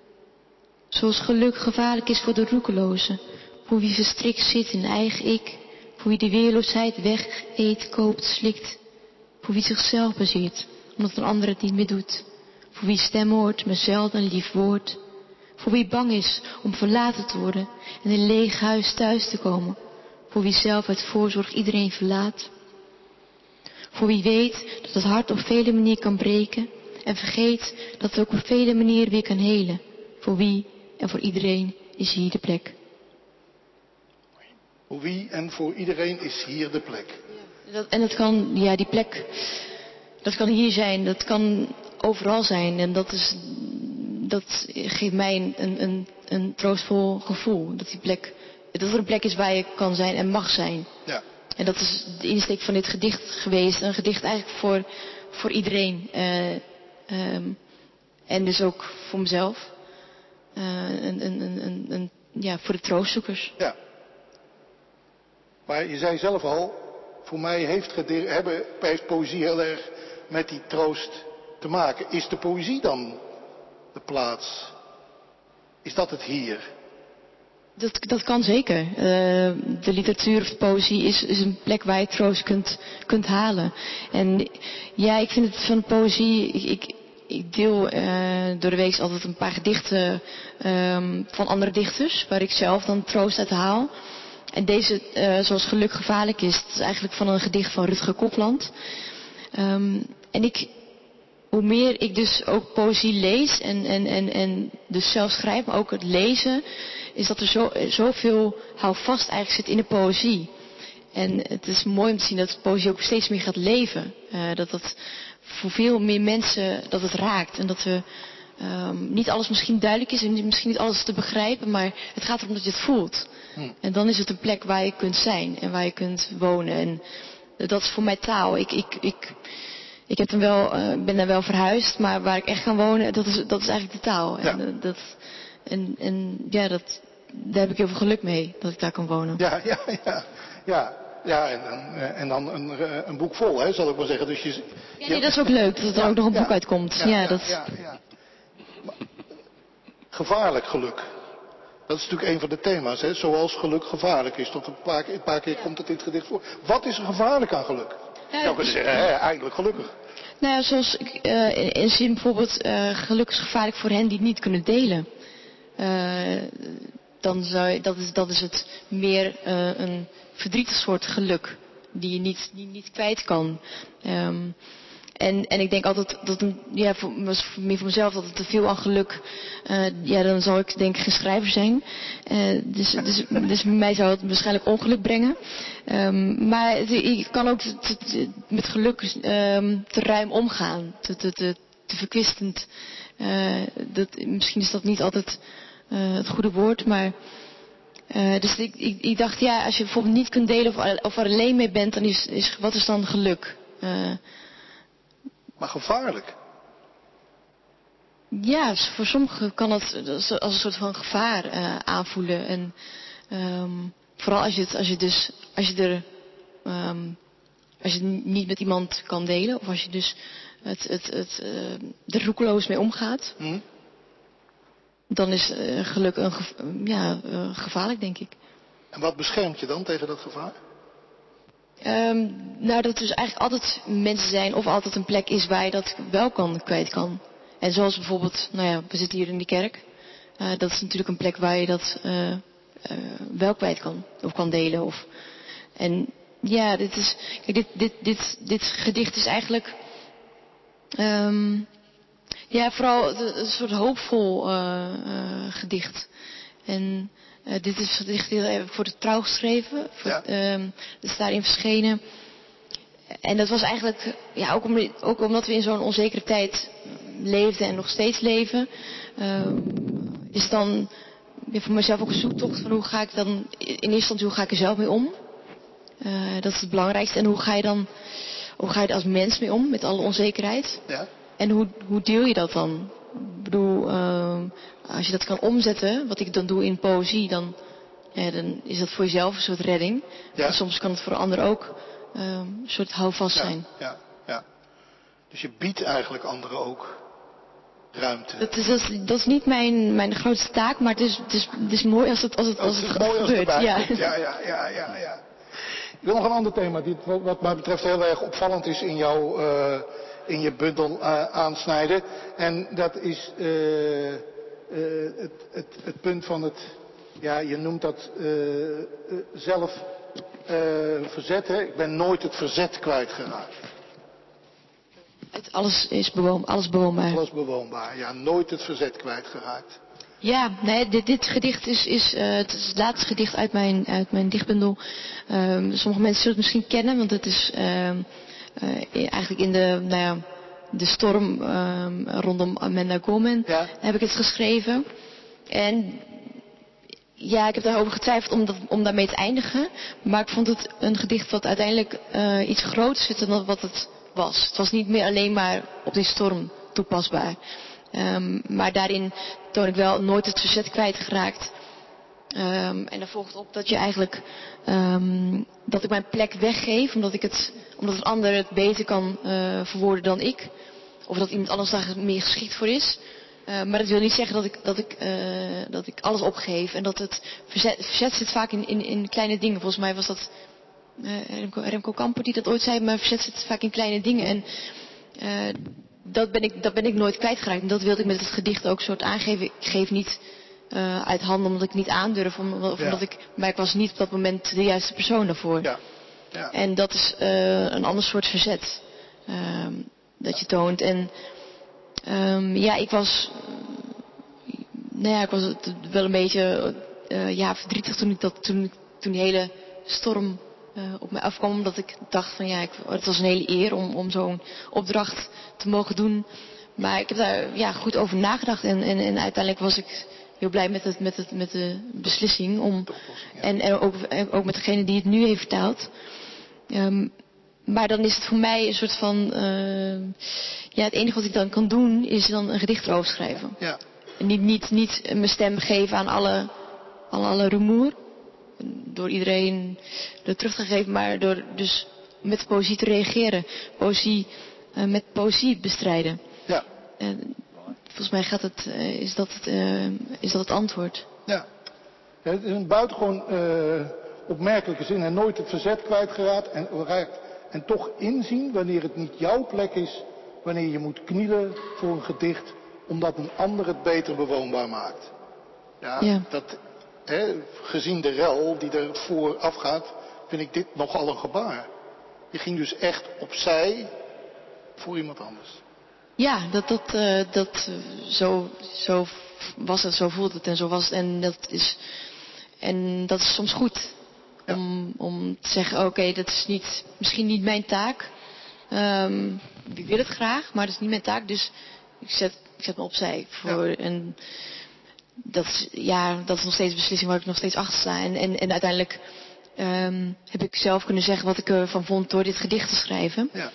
Zoals geluk gevaarlijk is voor de roekelozen. Voor wie verstrikt zit in eigen ik. Voor wie de weerloosheid weg eet, koopt, slikt. Voor wie zichzelf beziert, omdat een ander het niet meer doet. Voor wie stem hoort, maar zelden een lief woord. Voor wie bang is om verlaten te worden en in een leeg huis thuis te komen. Voor wie zelf uit voorzorg iedereen verlaat. Voor wie weet dat het hart op vele manieren kan breken. En vergeet dat het ook op vele manieren weer kan helen. Voor wie en voor iedereen is hier de plek. Voor wie en voor iedereen is hier de plek. Ja, dat, en dat kan, ja, die plek, dat kan hier zijn, dat kan overal zijn. En dat is, dat geeft mij een, een, een, een troostvol gevoel. Dat die plek, dat er een plek is waar je kan zijn en mag zijn. Ja. En dat is de insteek van dit gedicht geweest. Een gedicht eigenlijk voor, voor iedereen. Uh, um, en dus ook voor mezelf. Uh, een, een, een, een, ja, voor de troostzoekers. Ja. Maar je zei zelf al, voor mij heeft, gedicht, hebben, heeft poëzie heel erg met die troost te maken. Is de poëzie dan de plaats? Is dat het hier? Dat, dat kan zeker. Uh, de literatuur of de poëzie is, is een plek waar je troost kunt, kunt halen. En ja, ik vind het van poëzie... Ik, ik, ik deel uh, door de week altijd een paar gedichten um, van andere dichters, waar ik zelf dan troost uit haal. En deze, uh, zoals geluk gevaarlijk is, dat is eigenlijk van een gedicht van Rutger Kopland. Um, en ik, hoe meer ik dus ook poëzie lees en, en, en, en dus zelf schrijf, maar ook het lezen, is dat er zo, zoveel houvast eigenlijk zit in de poëzie. En het is mooi om te zien dat poëzie ook steeds meer gaat leven. Uh, dat dat voor veel meer mensen dat het raakt. En dat we um, niet alles misschien duidelijk is en misschien niet alles te begrijpen, maar het gaat erom dat je het voelt. Hm. En dan is het een plek waar je kunt zijn en waar je kunt wonen. En dat is voor mij taal. Ik, ik, ik, ik heb dan wel, uh, ben daar wel verhuisd, maar waar ik echt ga wonen, dat is, dat is eigenlijk de taal. Ja. En, uh, dat, en, en ja, dat, daar heb ik heel veel geluk mee, dat ik daar kan wonen. Ja, ja, ja. ja. Ja, en, en, en dan een, een boek vol, hè, zal ik maar zeggen. Dus je, je... Ja, nee, dat is ook leuk, dat er ja, ook nog een boek ja, uitkomt. Ja, ja, ja, dat... ja, ja. Gevaarlijk geluk. Dat is natuurlijk een van de thema's, hè. Zoals geluk gevaarlijk is. Tot een paar, een paar keer ja. komt het in het gedicht voor. Wat is er gevaarlijk aan geluk? Ja, zou kunnen zeggen, hè, eindelijk gelukkig. Nou ja, zoals uh, in, in zin bijvoorbeeld, uh, geluk is gevaarlijk voor hen die het niet kunnen delen. Uh, dan zou je, dat, is, dat is het meer uh, een verdrietig soort geluk. Die je niet, die je niet kwijt kan. Um, en, en ik denk altijd, dat een, ja, voor, meer voor mezelf, dat het te veel aan geluk, uh, ja, dan zou ik denk ik geen schrijver zijn. Uh, dus, dus, dus bij mij zou het waarschijnlijk ongeluk brengen. Um, maar je kan ook te, te, met geluk um, te ruim omgaan, te, te, te, te verkwistend. Uh, dat, misschien is dat niet altijd uh, het goede woord, maar... Uh, dus ik, ik, ik dacht, ja, als je bijvoorbeeld niet kunt delen of, of er alleen mee bent, dan is, is wat is dan geluk? Uh, maar gevaarlijk? Ja, voor sommigen kan het als een soort van gevaar uh, aanvoelen. En um, vooral als je het, als je dus, als je er, um, als je het niet met iemand kan delen, of als je dus het, het, het, uh, er roekeloos mee omgaat. Hm? Dan is uh, geluk een gev ja, uh, gevaarlijk, denk ik. En wat beschermt je dan tegen dat gevaar? Um, nou, dat er dus eigenlijk altijd mensen zijn of altijd een plek is waar je dat wel kan, kwijt kan. En zoals bijvoorbeeld, nou ja, we zitten hier in de kerk. Uh, dat is natuurlijk een plek waar je dat uh, uh, wel kwijt kan. Of kan delen. Of... En ja, dit is, kijk, dit, dit, dit, dit gedicht is eigenlijk... Um, Ja, vooral een soort hoopvol uh, uh, gedicht. En uh, dit is het gedicht voor de Trouw geschreven. Voor, ja. um, dat is daarin verschenen. En dat was eigenlijk, ja, ook, om, ook omdat we in zo'n onzekere tijd leefden en nog steeds leven. Uh, is het dan ja, voor mezelf ook een zoektocht van hoe ga ik dan, in eerste instantie hoe ga ik er zelf mee om. Uh, dat is het belangrijkste. En hoe ga je dan, hoe ga je er als mens mee om met alle onzekerheid. Ja. En hoe, hoe deel je dat dan? Ik bedoel, uh, als je dat kan omzetten, wat ik dan doe in poëzie, dan, ja, dan is dat voor jezelf een soort redding. Ja. En soms kan het voor anderen ook uh, een soort houvast ja, zijn. Ja, ja. Dus je biedt eigenlijk anderen ook ruimte. Dat is, dat is, dat is niet mijn, mijn grootste taak, maar het is, het is, het is mooi als het, als het, als het, het het mooi gebeurt. Als ja. ja, ja, ja, ja, ja. Ik wil nog een ander thema, dit wat mij betreft heel erg opvallend is in jouw... Uh, in je bundel uh, aansnijden. En dat is uh, uh, het, het, het punt van het, ja, je noemt dat uh, uh, zelf uh, verzet. Hè? Ik ben nooit het verzet kwijtgeraakt. Het alles is bewoon, alles bewoonbaar. Alles bewoonbaar, ja, nooit het verzet kwijtgeraakt. Ja, nee, dit, dit gedicht is, is, uh, het is het laatste gedicht uit mijn, uit mijn dichtbundel. Um, sommige mensen zullen het misschien kennen, want het is... Um, Uh, eigenlijk in de, nou ja, de storm um, rondom Amanda Gorman ja. heb ik het geschreven. En ja, ik heb daarover getwijfeld om, dat, om daarmee te eindigen. Maar ik vond het een gedicht wat uiteindelijk uh, iets groters is dan wat het was. Het was niet meer alleen maar op die storm toepasbaar. Um, maar daarin toon ik wel nooit het verzet kwijtgeraakt. Um, en dan volgt op dat je eigenlijk um, dat ik mijn plek weggeef omdat ik het, omdat een ander het beter kan uh, verwoorden dan ik, of dat iemand anders daar meer geschikt voor is. Uh, maar dat wil niet zeggen dat ik dat ik uh, dat ik alles opgeef en dat het verzet, verzet zit vaak in, in, in kleine dingen. Volgens mij was dat uh, Remco, Remco Kamper die dat ooit zei, maar verzet zit vaak in kleine dingen en uh, dat ben ik dat ben ik nooit kwijtgeraakt. En dat wilde ik met het gedicht ook soort aangeven. Ik geef niet Uh, uit handen omdat ik niet aandurf, om, of ja. omdat ik, maar ik was niet op dat moment de juiste persoon daarvoor. Ja. Ja. En dat is uh, een ander soort verzet uh, dat je toont. En um, ja, ik was, uh, nou ja, ik was wel een beetje uh, ja, verdrietig toen ik dat, toen, toen die hele storm uh, op mij afkwam. Omdat ik dacht van ja, ik, het was een hele eer om, om zo'n opdracht te mogen doen. Maar ik heb daar ja, goed over nagedacht. En, en, en uiteindelijk was ik heel blij met, het, met, het, met de beslissing. Om, en en ook, ook met degene die het nu heeft vertaald. Um, maar dan is het voor mij een soort van... Uh, ja, het enige wat ik dan kan doen is dan een gedicht erover schrijven. Ja. Niet, niet, niet mijn stem geven aan alle, aan alle rumoer. Door iedereen er terug te geven, maar door dus met poëzie te reageren. Poëzie uh, met poëzie bestrijden. Ja. En volgens mij gaat het, uh, is, dat het, uh, is dat het antwoord. Ja. Ja, het is een buitengewoon uh, opmerkelijke zin. En nooit het verzet kwijtgeraakt en, en toch inzien wanneer het niet jouw plek is. Wanneer je moet knielen voor een gedicht omdat een ander het beter bewoonbaar maakt. Ja, Ja. Dat, hè, gezien de rel die er vooraf gaat, vind ik dit nogal een gebaar. Je ging dus echt opzij voor iemand anders. Ja, dat, dat, uh, dat uh, zo, zo was het, zo voelt het en zo was het. En dat is, en dat is soms goed. Ja. Om, om te zeggen, oké, okay, dat is niet, misschien niet mijn taak. Um, ik wil het graag, maar dat is niet mijn taak. Dus ik zet, ik zet me opzij voor. Ja. En dat is, ja, dat is nog steeds een beslissing waar ik nog steeds achter sta. En, en, en uiteindelijk um, heb ik zelf kunnen zeggen wat ik ervan vond door dit gedicht te schrijven. Ja.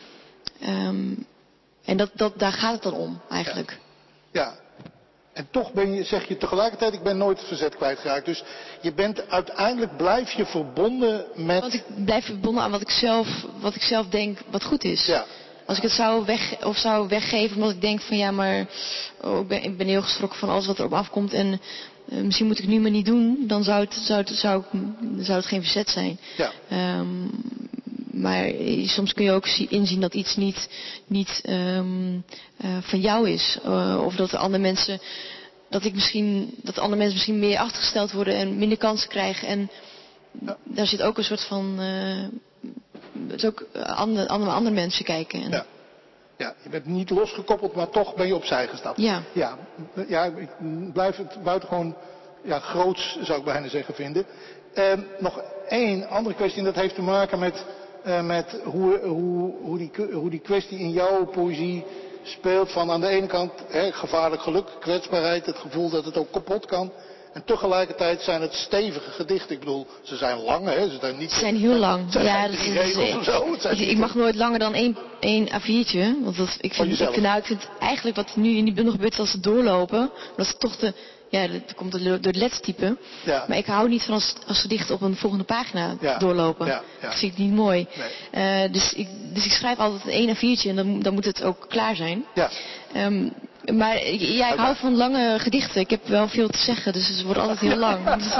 Um, en dat, dat, daar gaat het dan om, eigenlijk. Ja. Ja. En toch ben je, zeg je tegelijkertijd, ik ben nooit het verzet kwijtgeraakt. Dus je bent uiteindelijk, blijf je verbonden met... Want ik blijf verbonden aan wat ik zelf, wat ik zelf denk wat goed is. Ja. Als ik het zou, weg, of zou weggeven omdat ik denk van ja, maar oh, ik, ben, ik ben heel geschrokken van alles wat er op afkomt. En uh, misschien moet ik het nu maar niet doen. Dan zou het, zou het, zou ik, zou het geen verzet zijn. Ja. Um, maar soms kun je ook inzien dat iets niet, niet um, uh, van jou is. Uh, of dat de andere mensen, dat ik misschien, dat andere mensen misschien meer achtergesteld worden en minder kansen krijgen. En ja. Daar zit ook een soort van, uh, het is ook andere, andere, andere mensen kijken. En ja. Ja, je bent niet losgekoppeld, maar toch ben je opzij gestapt. Ja. Ja, ja ik blijf het buitengewoon ja, groots, zou ik bijna zeggen, vinden. Uh, nog één andere kwestie, en dat heeft te maken met... Uh, met hoe, hoe, hoe, die, hoe die kwestie in jouw poëzie speelt van aan de ene kant hè, gevaarlijk geluk, kwetsbaarheid, het gevoel dat het ook kapot kan. En tegelijkertijd zijn het stevige gedichten. Ik bedoel, ze zijn lang, hè? Ze zijn niet. Ze zijn heel lang. Zijn ja, dat is, of zo. Ik, ik mag nooit langer dan één, één A viertje. Want dat, ik, vind, ik, nou, ik vind eigenlijk wat nu in die bundel gebeurt als ze doorlopen, dat is toch de. Ja, dat komt door het lettertype. Ja. Maar ik hou niet van als, als gedichten op een volgende pagina ja. doorlopen. Ja, ja. Dat vind ik niet mooi. Nee. Uh, dus, ik, dus ik schrijf altijd een één A viertje en dan, dan moet het ook klaar zijn. Ja. Um, maar ja, ik hou van lange gedichten. Ik heb wel veel te zeggen, dus het wordt altijd heel lang. Dus...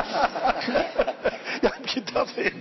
Ja, heb je dat weer?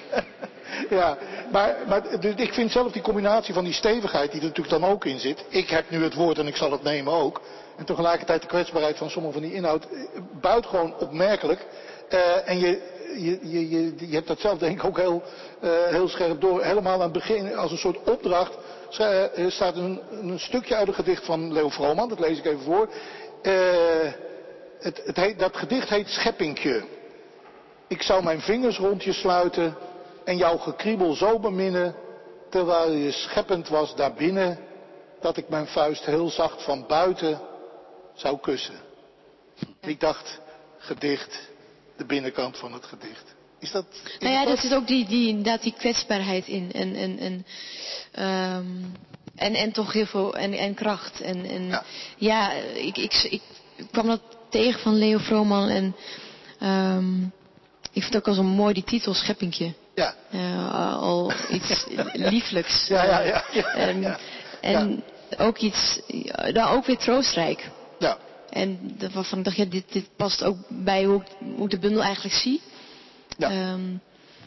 Ja, maar, maar dus ik vind zelf die combinatie van die stevigheid die er natuurlijk dan ook in zit. Ik heb nu het woord en ik zal het nemen ook. En tegelijkertijd de kwetsbaarheid van sommige van die inhoud buitengewoon opmerkelijk. Uh, en je, je, je, je, je hebt dat zelf denk ik ook heel, uh, heel scherp door. Helemaal aan het begin als een soort opdracht uh, staat een, een stukje uit een gedicht van Leo Vrooman. Dat lees ik even voor. Uh, het, het heet, dat gedicht heet Scheppingje. Ik zou mijn vingers rond je sluiten en jouw gekriebel zo beminnen, terwijl je scheppend was daarbinnen, dat ik mijn vuist heel zacht van buiten zou kussen. Ik dacht, gedicht, de binnenkant van het gedicht. Is dat... Is nou ja, dat dat zit ook die, die, inderdaad die kwetsbaarheid in. En, en, en, um, en, en toch heel veel, en, en kracht. En, en ja, ja ik, ik, ik, ik kwam dat tegen van Leo Vrooman en um, ik vind ook al zo mooi die titel, Scheppingje. Ja. Uh, al iets lieflijks. Ja, ja, ja. ja, en ja. en ja. ook iets, nou ook weer troostrijk. Ja. En waarvan ik dacht, ja, dit, dit past ook bij hoe ik, hoe ik de bundel eigenlijk zie. Ja. Um,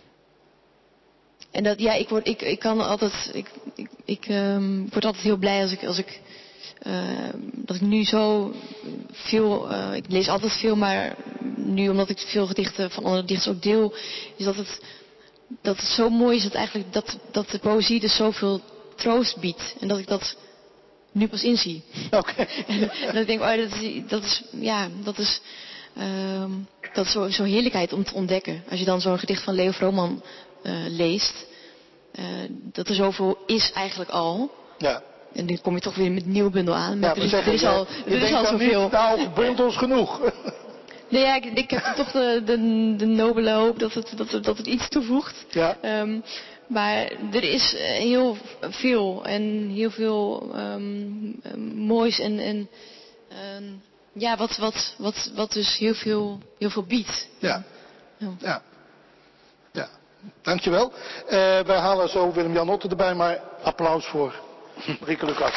en dat, ja, ik word, ik, ik kan altijd, ik, ik, ik um, word altijd heel blij als ik, als ik, uh, dat ik nu zo veel, uh, ik lees altijd veel, maar nu omdat ik veel gedichten van andere dichters ook deel, is dat het, dat het zo mooi is dat eigenlijk, dat, dat de poëzie dus zoveel troost biedt. En dat ik dat nu pas inzie. Oké. Okay. en, en dat ik denk, oh, dat is, dat is ja, dat is, um, dat is zo'n zo heerlijkheid om te ontdekken. Als je dan zo'n gedicht van Leo Vrooman uh, leest. Uh, dat er zoveel is eigenlijk al. Ja. En nu kom je toch weer met een nieuwe bundel aan. Ja, er is, zeggen, er is al, je, er is al zoveel. Niet, nou, bundels genoeg. Nee, ja, ik, ik heb toch de, de, de nobele hoop dat het, dat, het, dat het iets toevoegt. Ja. Um, maar er is heel veel en heel veel um, moois en, en um, ja, wat, wat, wat, wat dus heel veel, heel veel biedt. Ja. Ja. Ja. Ja. Dankjewel. Uh, wij halen zo Willem-Jan Otten erbij, maar applaus voor Marieke Lucas.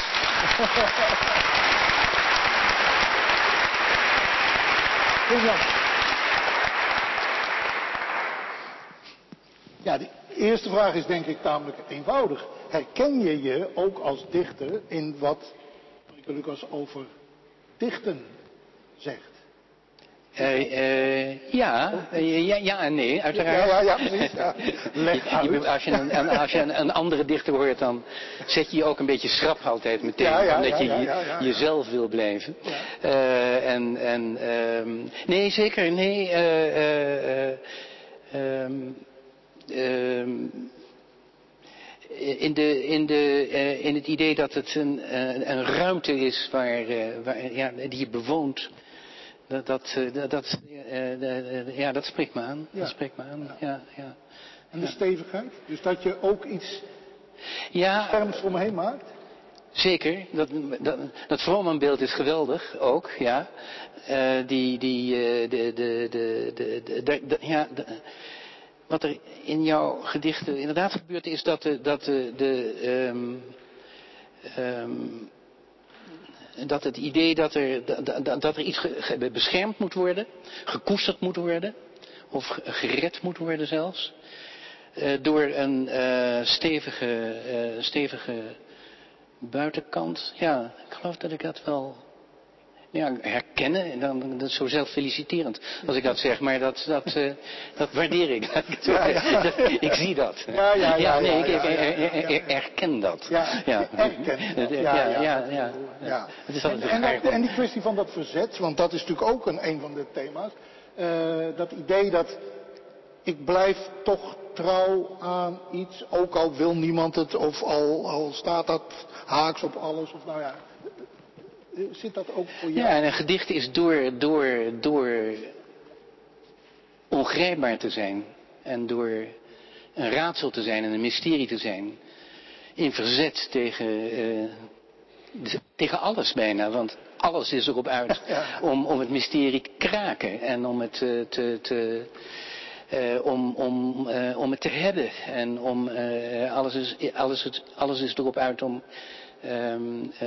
Ja, de eerste vraag is denk ik tamelijk eenvoudig. Herken je je ook als dichter in wat Marieke Lucas over dichten zegt? Uh, uh, ja, uh, ja, ja en nee, uiteraard. Ja, ja, ja, precies. Ja. Leg uit. Je, als je, een, als je een, een andere dichter hoort, dan zet je je ook een beetje schrap altijd meteen. Ja, ja, omdat je ja, ja, ja, ja, ja. jezelf wil blijven. Ja. Uh, en, en, um, nee, zeker, nee. Uh, uh, uh, um, um, In, de, in, de, uh, in het idee dat het een, uh, een ruimte is waar, uh, waar, ja, die je bewoont. Dat, dat, dat, dat, uh, uh, ja, dat spreekt me aan. Ja. Dat spreekt me aan. Ja. Ja, ja. En de Ja. stevigheid? Dus dat je ook iets Ja, scherms om me heen maakt? zeker. Dat, dat, dat Vroomanbeeld is geweldig ook, ja. Uh, die, die, uh, de, de, de, de, de, de, de, ja, de, wat er in jouw gedichten inderdaad gebeurt is dat de, dat de, de um, um, dat het idee dat er, dat, dat er iets ge, beschermd moet worden, gekoesterd moet worden, of gered moet worden zelfs, uh, door een uh, stevige, uh, stevige buitenkant. Ja, ik geloof dat ik dat wel ja, herkennen. En dan, dat is zo zelffeliciterend als ik dat zeg, maar dat, dat, uh, dat waardeer ik. Ja, ja. Ik zie dat. Ja, ja, ja. Ja, nee, ja, ik, ja, ik ja, er, er, er, erken dat. Ja, ja. erken dat. Ja, ja, ja. ja. ja. Het is en, en, dat, en die kwestie van dat verzet, want dat is natuurlijk ook een, een van de thema's. Uh, dat idee dat ik blijf toch trouw aan iets, ook al wil niemand het, of al, al staat dat haaks op alles, of nou ja. Zit dat ook voor jou? Ja, en een gedicht is door, door, door ongrijpbaar te zijn en door een raadsel te zijn en een mysterie te zijn, in verzet tegen, uh, tegen alles bijna, want alles is erop uit ja. om, om het mysterie te kraken en om het uh, te... te Uh, om, om, uh, om het te hebben en om uh, alles, is, alles, het, alles is erop uit om um, uh,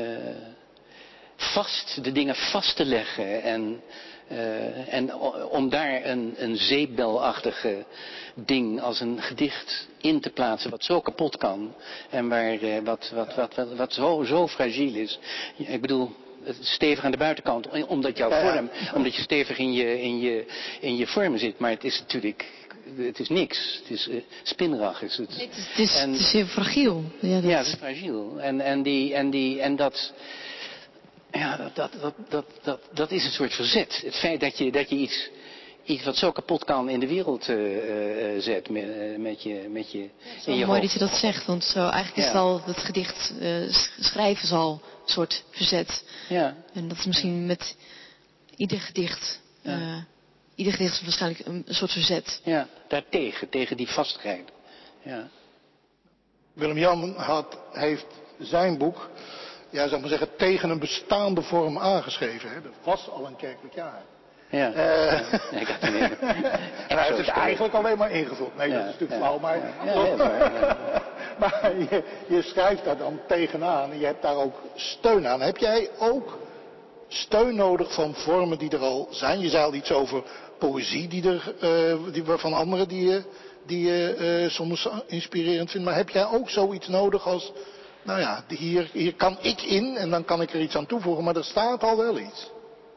vast, de dingen vast te leggen en, uh, en om daar een, een zeepbelachtige ding als een gedicht in te plaatsen wat zo kapot kan en waar, uh, wat, wat, wat, wat, wat zo, zo fragiel is. Ik bedoel, stevig aan de buitenkant, omdat jouw vorm, omdat je stevig in je, in je, in je vormen zit, maar het is natuurlijk, het is niks, het is uh, spinrag is het. Het is, het is, en, het is heel fragiel. Ja, dat... ja, het is fragiel. En, en, die, en, die, en dat, ja, dat, dat, dat, dat, dat, dat is een soort verzet. Het feit dat je, dat je iets, iets wat zo kapot kan in de wereld uh, uh, zet met, uh, met je, met je, ja, het is in je mooi hoofd. dat je dat zegt, want zo, eigenlijk is Ja. het al, het gedicht uh, schrijven is al een soort verzet. Ja. En dat is misschien met ieder gedicht, Ja. uh, ieder gedicht is waarschijnlijk een, een soort verzet. Ja, daartegen, tegen die vastigheid. Ja. Willem-Jan had, heeft zijn boek, ja, zou ik maar zeggen, tegen een bestaande vorm aangeschreven. Hè. Dat was al een kerkelijk jaar. Ja. Uh, Nee, ik had het niet. en hij heeft het eigenlijk alleen maar ingevuld. Nee, Ja, dat is natuurlijk ja. flauw, maar, Ja, ja, ja, maar, ja. maar je, je schrijft daar dan tegenaan en je hebt daar ook steun aan. Heb jij ook steun nodig van vormen die er al zijn? Je zei al iets over poëzie die er, uh, die, van anderen die je, die je uh, soms inspirerend vindt. Maar heb jij ook zoiets nodig als, nou ja, hier, hier kan ik in en dan kan ik er iets aan toevoegen, maar er staat al wel iets.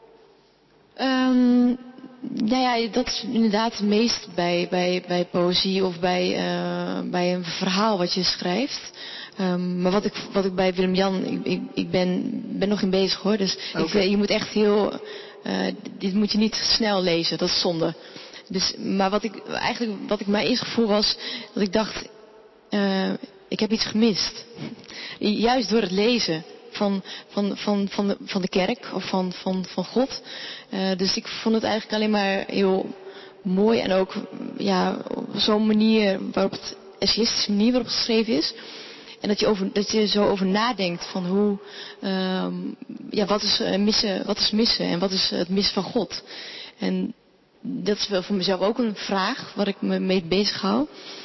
Um, ja, ja, dat is inderdaad het meest bij, bij, bij poëzie of bij, uh, bij een verhaal wat je schrijft. Um, maar wat ik, wat ik bij Willem-Jan, ik, ik, ik ben, ben nog in bezig hoor. Dus Okay. ik, je moet echt heel, uh, dit moet je niet snel lezen, dat is zonde. Dus, maar wat ik eigenlijk, wat ik mijn eerste gevoel was, dat ik dacht, uh, ik heb iets gemist. Juist door het lezen van, van, van, van, de, van de kerk of van, van, van God. Uh, dus ik vond het eigenlijk alleen maar heel mooi en ook ja, op zo'n manier waarop het essayistische manier waarop het geschreven is. En dat je, over, dat je zo over nadenkt van hoe, uh, ja, wat is, uh, missen, wat is missen en wat is het missen van God. En dat is wel voor mezelf ook een vraag waar ik me mee bezig hou.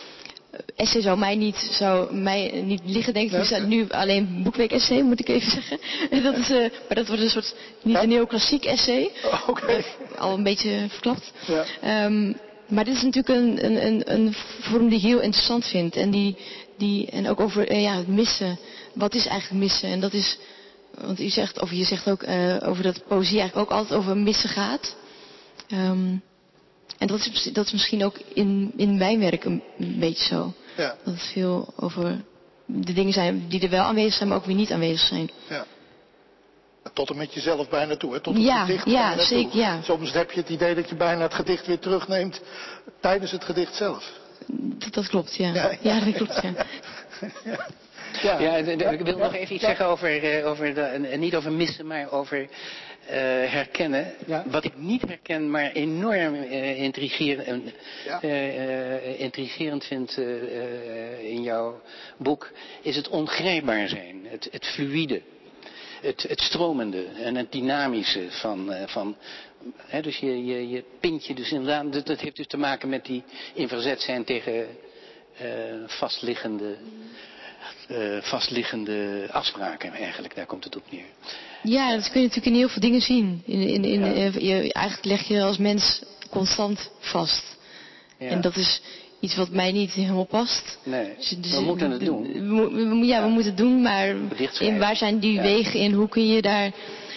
Essay zou mij niet, zou mij niet liggen, denk ik. Ja. Nu alleen boekweek essay, moet ik even zeggen. Dat is, uh, maar dat wordt een soort, niet een heel klassiek essay. Oh, Oké. Okay. Al een beetje verklapt. Ja. Um, maar dit is natuurlijk een, een, een, een vorm die ik heel interessant vind. En, die, die, en ook over uh, ja, het missen. Wat is eigenlijk missen? En dat is, want u zegt, of je zegt ook uh, over dat poëzie eigenlijk ook altijd over missen gaat. Um, en dat is, dat is misschien ook in, in mijn werk een, een beetje zo. Ja. Dat het veel over de dingen zijn die er wel aanwezig zijn, maar ook weer niet aanwezig zijn. Ja. Tot en met jezelf bijna toe, hè? Tot het ja, gedicht ja, zeker, ja. Soms heb je het idee dat je bijna het gedicht weer terugneemt tijdens het gedicht zelf. Dat, dat klopt, ja. Ja, ja. ja dat klopt, ja. ja. Ja, ja, de, de, ik wil nog even iets ja. zeggen over, uh, over de, uh, niet over missen, maar over uh, herkennen. Ja. Wat ik niet herken, maar enorm uh, intrigerend, ja. uh, uh, intrigerend vind uh, uh, in jouw boek, is het ongrijpbaar zijn, het, het fluïde. Het, het stromende en het dynamische van, uh, van hè, dus je, je, je pint je dus inderdaad, dat, dat heeft dus te maken met die in verzet zijn tegen uh, vastliggende, uh, vastliggende afspraken eigenlijk, daar komt het op neer. Ja, dat kun je natuurlijk in heel veel dingen zien. In, in, in, ja. je, eigenlijk leg je als mens constant vast. Ja. En dat is iets wat mij niet helemaal past. Nee, dus, we moeten het doen. We, we, ja, we moeten het doen, maar in, waar zijn die ja. wegen in? Hoe kun je daar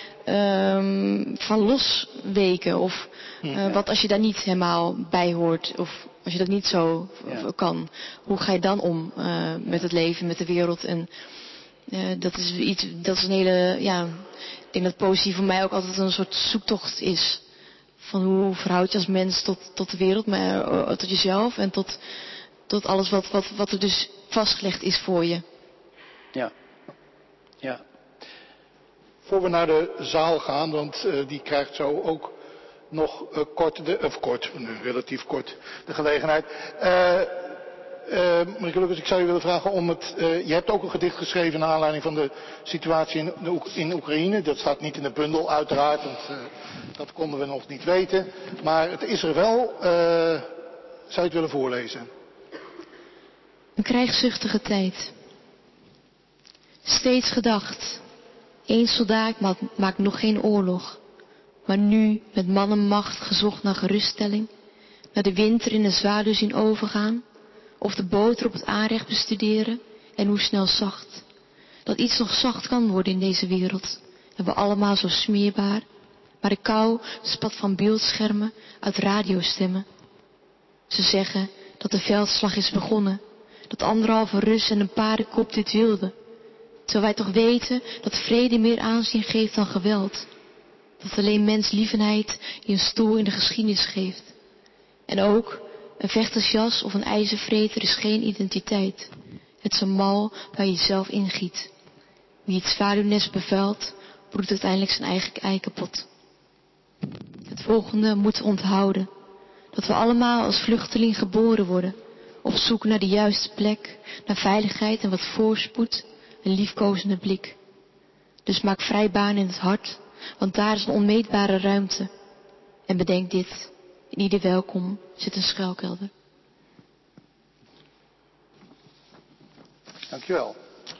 um, van losweken? Of uh, ja. wat als je daar niet helemaal bij hoort? Of als je dat niet zo ja. kan? Hoe ga je dan om uh, met het leven, met de wereld? En uh, dat is iets, dat is een hele, ja, ik denk dat poëzie voor mij ook altijd een soort zoektocht is. Van hoe verhoud je als mens tot, tot de wereld, maar uh, tot jezelf en tot, tot alles wat, wat, wat er dus vastgelegd is voor je. Ja. Ja. Voor we naar de zaal gaan, want uh, die krijgt zo ook nog uh, kort, de, of kort, nu relatief kort, de gelegenheid. Uh, Uh, meneer Lucas, ik zou u willen vragen om het... Uh, je hebt ook een gedicht geschreven naar aanleiding van de situatie in, de, in Oekraïne. Dat staat niet in de bundel uiteraard, want uh, dat konden we nog niet weten. Maar het is er wel. Uh, zou je het willen voorlezen? Een krijgszuchtige tijd. Steeds gedacht. Eén soldaat maakt, maakt nog geen oorlog. Maar nu met mannenmacht gezocht naar geruststelling. Naar de winter in de zwaluw zien overgaan. Of de boter op het aanrecht bestuderen en hoe snel zacht. Dat iets nog zacht kan worden in deze wereld. En we allemaal zo smeerbaar. Maar de kou spat van beeldschermen uit radiostemmen. Ze zeggen dat de veldslag is begonnen. Dat anderhalve Rus en een paardenkop dit wilden. Terwijl wij toch weten dat vrede meer aanzien geeft dan geweld. Dat alleen menslievendheid je een stoel in de geschiedenis geeft. En ook... een vechtersjas of een ijzervreter is geen identiteit. Het is een mal waar je jezelf ingiet. Wie het zwaluwnest bevuilt, broedt uiteindelijk zijn eigen ei kapot. Het volgende moeten we onthouden. Dat we allemaal als vluchteling geboren worden. Op zoek naar de juiste plek, naar veiligheid en wat voorspoed, een liefkozende blik. Dus maak vrij baan in het hart, want daar is een onmeetbare ruimte. En bedenk dit. In ieder welkom zit een schuilkelder. Dankjewel.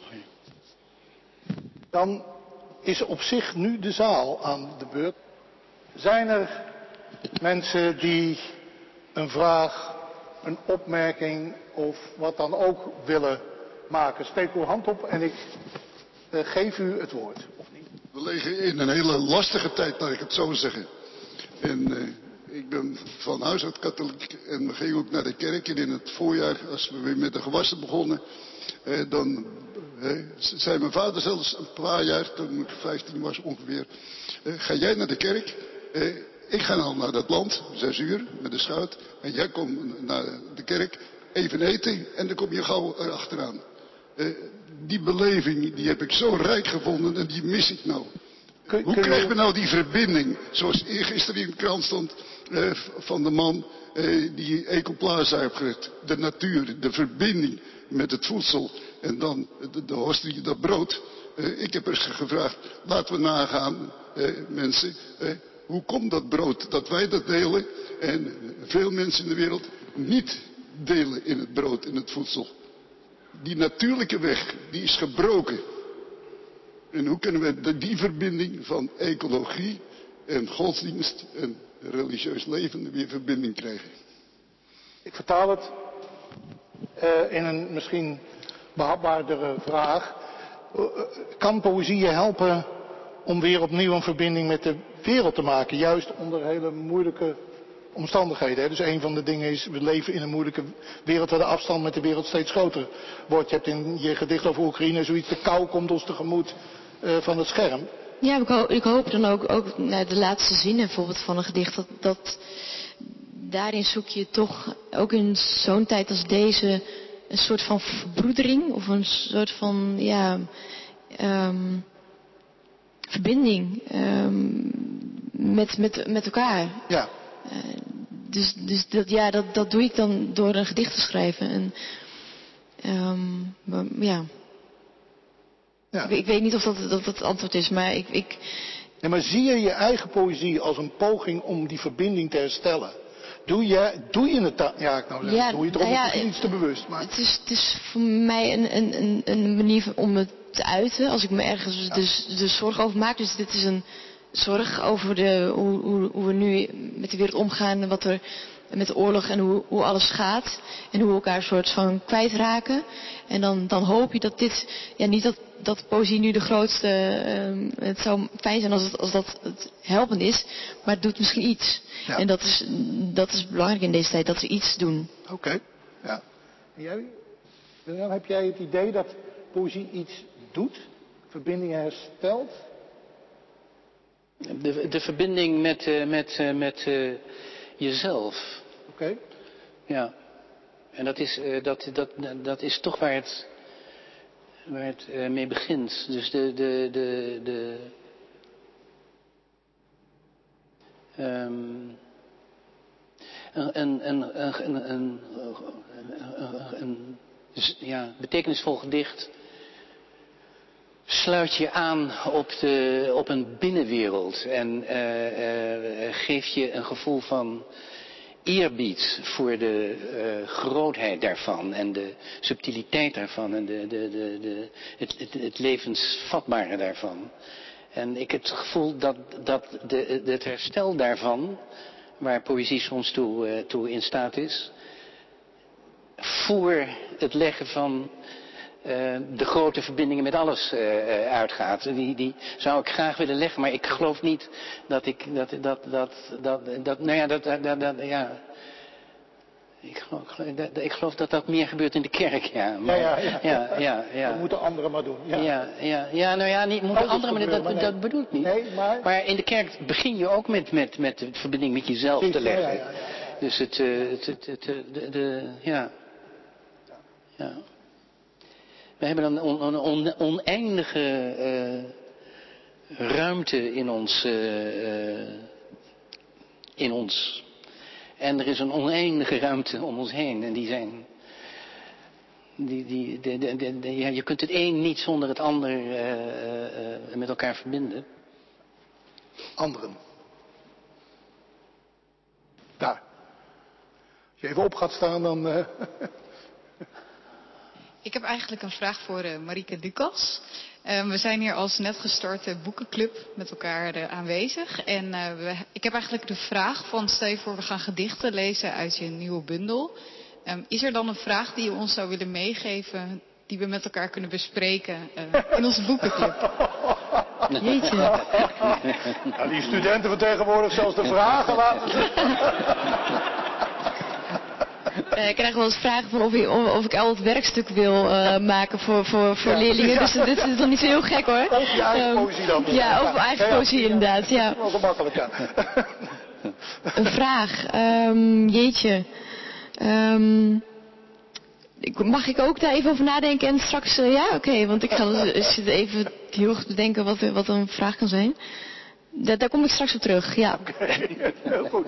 Dan is op zich nu de zaal aan de beurt. Zijn er mensen die een vraag, een opmerking of wat dan ook willen maken? Steek uw hand op en ik uh, geef u het woord. Of niet? We leven in een hele lastige tijd, laat ik het zo zeggen. En... Uh... Ik ben van huis uit katholiek en we gingen ook naar de kerk. En in het voorjaar, als we weer met de gewassen begonnen, eh, dan eh, zei mijn vader zelfs een paar jaar, toen ik vijftien was ongeveer, eh, ga jij naar de kerk? Eh, ik ga nou naar dat land, zes uur, met de schuit. En jij komt naar de kerk, even eten en dan kom je gauw erachteraan. Uh, die beleving, die heb ik zo rijk gevonden en die mis ik nou. Kun, Hoe kun krijgen je... we nou die verbinding, zoals gisteren in de krant stond, uh, van de man uh, die Ecoplaza heeft gericht. De natuur, de verbinding met het voedsel en dan de, de hostie, dat brood. Uh, ik heb er gevraagd, laten we nagaan, uh, mensen, uh, hoe komt dat brood dat wij dat delen en veel mensen in de wereld niet delen in het brood, in het voedsel. Die natuurlijke weg, die is gebroken. En hoe kunnen we die verbinding van ecologie en godsdienst en religieus leven weer verbinding krijgen? Ik vertaal het uh, in een misschien behapbaardere vraag. Uh, kan poëzie je helpen om weer opnieuw een verbinding met de wereld te maken? Juist onder hele moeilijke omstandigheden. Hè? Dus een van de dingen is, we leven in een moeilijke wereld waar de afstand met de wereld steeds groter wordt. Je hebt in je gedicht over Oekraïne zoiets, de kou komt ons tegemoet uh, van het scherm. Ja, ik hoop, ik hoop dan ook, ook naar de laatste zin bijvoorbeeld van een gedicht, dat, dat daarin zoek je toch, ook in zo'n tijd als deze, een soort van verbroedering of een soort van, ja, um, verbinding um, met, met, met elkaar. Ja. Uh, dus dus dat, ja, dat, dat doe ik dan door een gedicht te schrijven. En, um, maar, ja. Ja. Ik, ik weet niet of dat, dat het antwoord is, maar ik... ik... Ja, maar zie je je eigen poëzie als een poging om die verbinding te herstellen? Doe je, doe je het dan? Ja, ik nou zeg, ja, doe je het erop ja, iets te bewust. Maar... Het, is, het is voor mij een, een, een manier om het te uiten. Als ik me ergens ja. dus, dus zorgen over maak. Dus dit is een zorg over de, hoe, hoe, hoe we nu met de wereld omgaan. En wat er met de oorlog en hoe, hoe alles gaat. En hoe we elkaar een soort van kwijtraken. En dan, dan hoop je dat dit, ja niet dat, dat poëzie nu de grootste, uh, het zou fijn zijn als, het, als dat het helpend is. Maar het doet misschien iets. Ja. En dat is, dat is belangrijk in deze tijd, dat we iets doen. Oké, okay. Ja. En jij, dan heb jij het idee dat poëzie iets doet? Verbindingen herstelt? De, de verbinding met, uh, met, uh, met uh, jezelf. Oké. Okay. Ja. En dat is, uh, dat, dat, dat is toch waar het, waar het uh, mee begint. Dus de, de, de, de um, een, een, een, een, een, een, een ja, betekenisvol gedicht sluit je aan op, de, op een binnenwereld en uh, uh, geeft je een gevoel van eerbied voor de uh, grootheid daarvan en de subtiliteit daarvan en de, de, de, de, het, het, het levensvatbare daarvan. En ik heb het gevoel dat, dat de, het herstel daarvan, waar poëzie soms toe, uh, toe in staat is, voor het leggen van uh, de grote verbindingen met alles uh, uh, uitgaat. Die, die zou ik graag willen leggen, maar ik geloof niet dat ik, dat, dat, dat, dat, dat nou ja, dat, dat, dat, dat ja. Ik geloof, dat, ik geloof dat dat meer gebeurt in de kerk, ja. Maar, ja, ja, ja. ja, ja, ja. Dat moeten anderen maar doen. Ja, ja, ja, ja nou ja, niet moeten anderen, maar dat, dat, dat bedoel ik niet. Nee, maar... maar in de kerk begin je ook met, met, met de verbinding met jezelf Precies, te leggen. Ja, ja, ja, ja. Dus het, uh, het, het, het, de, de, ja. ja. We hebben dan een on, on, oneindige uh, ruimte in ons, uh, uh, in ons. En er is een oneindige ruimte om ons heen. En die zijn... Die, die, de, de, de, de, ja, je kunt het een niet zonder het ander uh, uh, uh, met elkaar verbinden. Anderen. Daar. Als je even op gaat staan, dan... Uh... Ik heb eigenlijk een vraag voor uh, Marieke Dukas. Uh, we zijn hier als net gestarte boekenclub met elkaar uh, aanwezig. En uh, we, ik heb eigenlijk de vraag van, stel je voor we gaan gedichten lezen uit je nieuwe bundel. Um, is er dan een vraag die je ons zou willen meegeven, die we met elkaar kunnen bespreken uh, in onze boekenclub? Jeetje. Ja, die studenten van tegenwoordig zelfs de vragen laten zien. Uh, ik krijg wel eens vragen van of ik, of ik al het werkstuk wil uh, maken voor, voor, voor ja, leerlingen. Ja. Dus dit is nog niet zo heel gek hoor. Of je eigen um, poëzie dan. Ja, of eigen ja, poëzie ja, inderdaad. Ja. Dat is wel gemakkelijk, ja. Een vraag. Um, jeetje. Um, mag ik ook daar even over nadenken en straks... Uh, ja, oké, okay, want ik ga dus even heel goed bedenken wat, wat een vraag kan zijn. Da daar kom ik straks op terug, ja. Oké, okay, heel goed.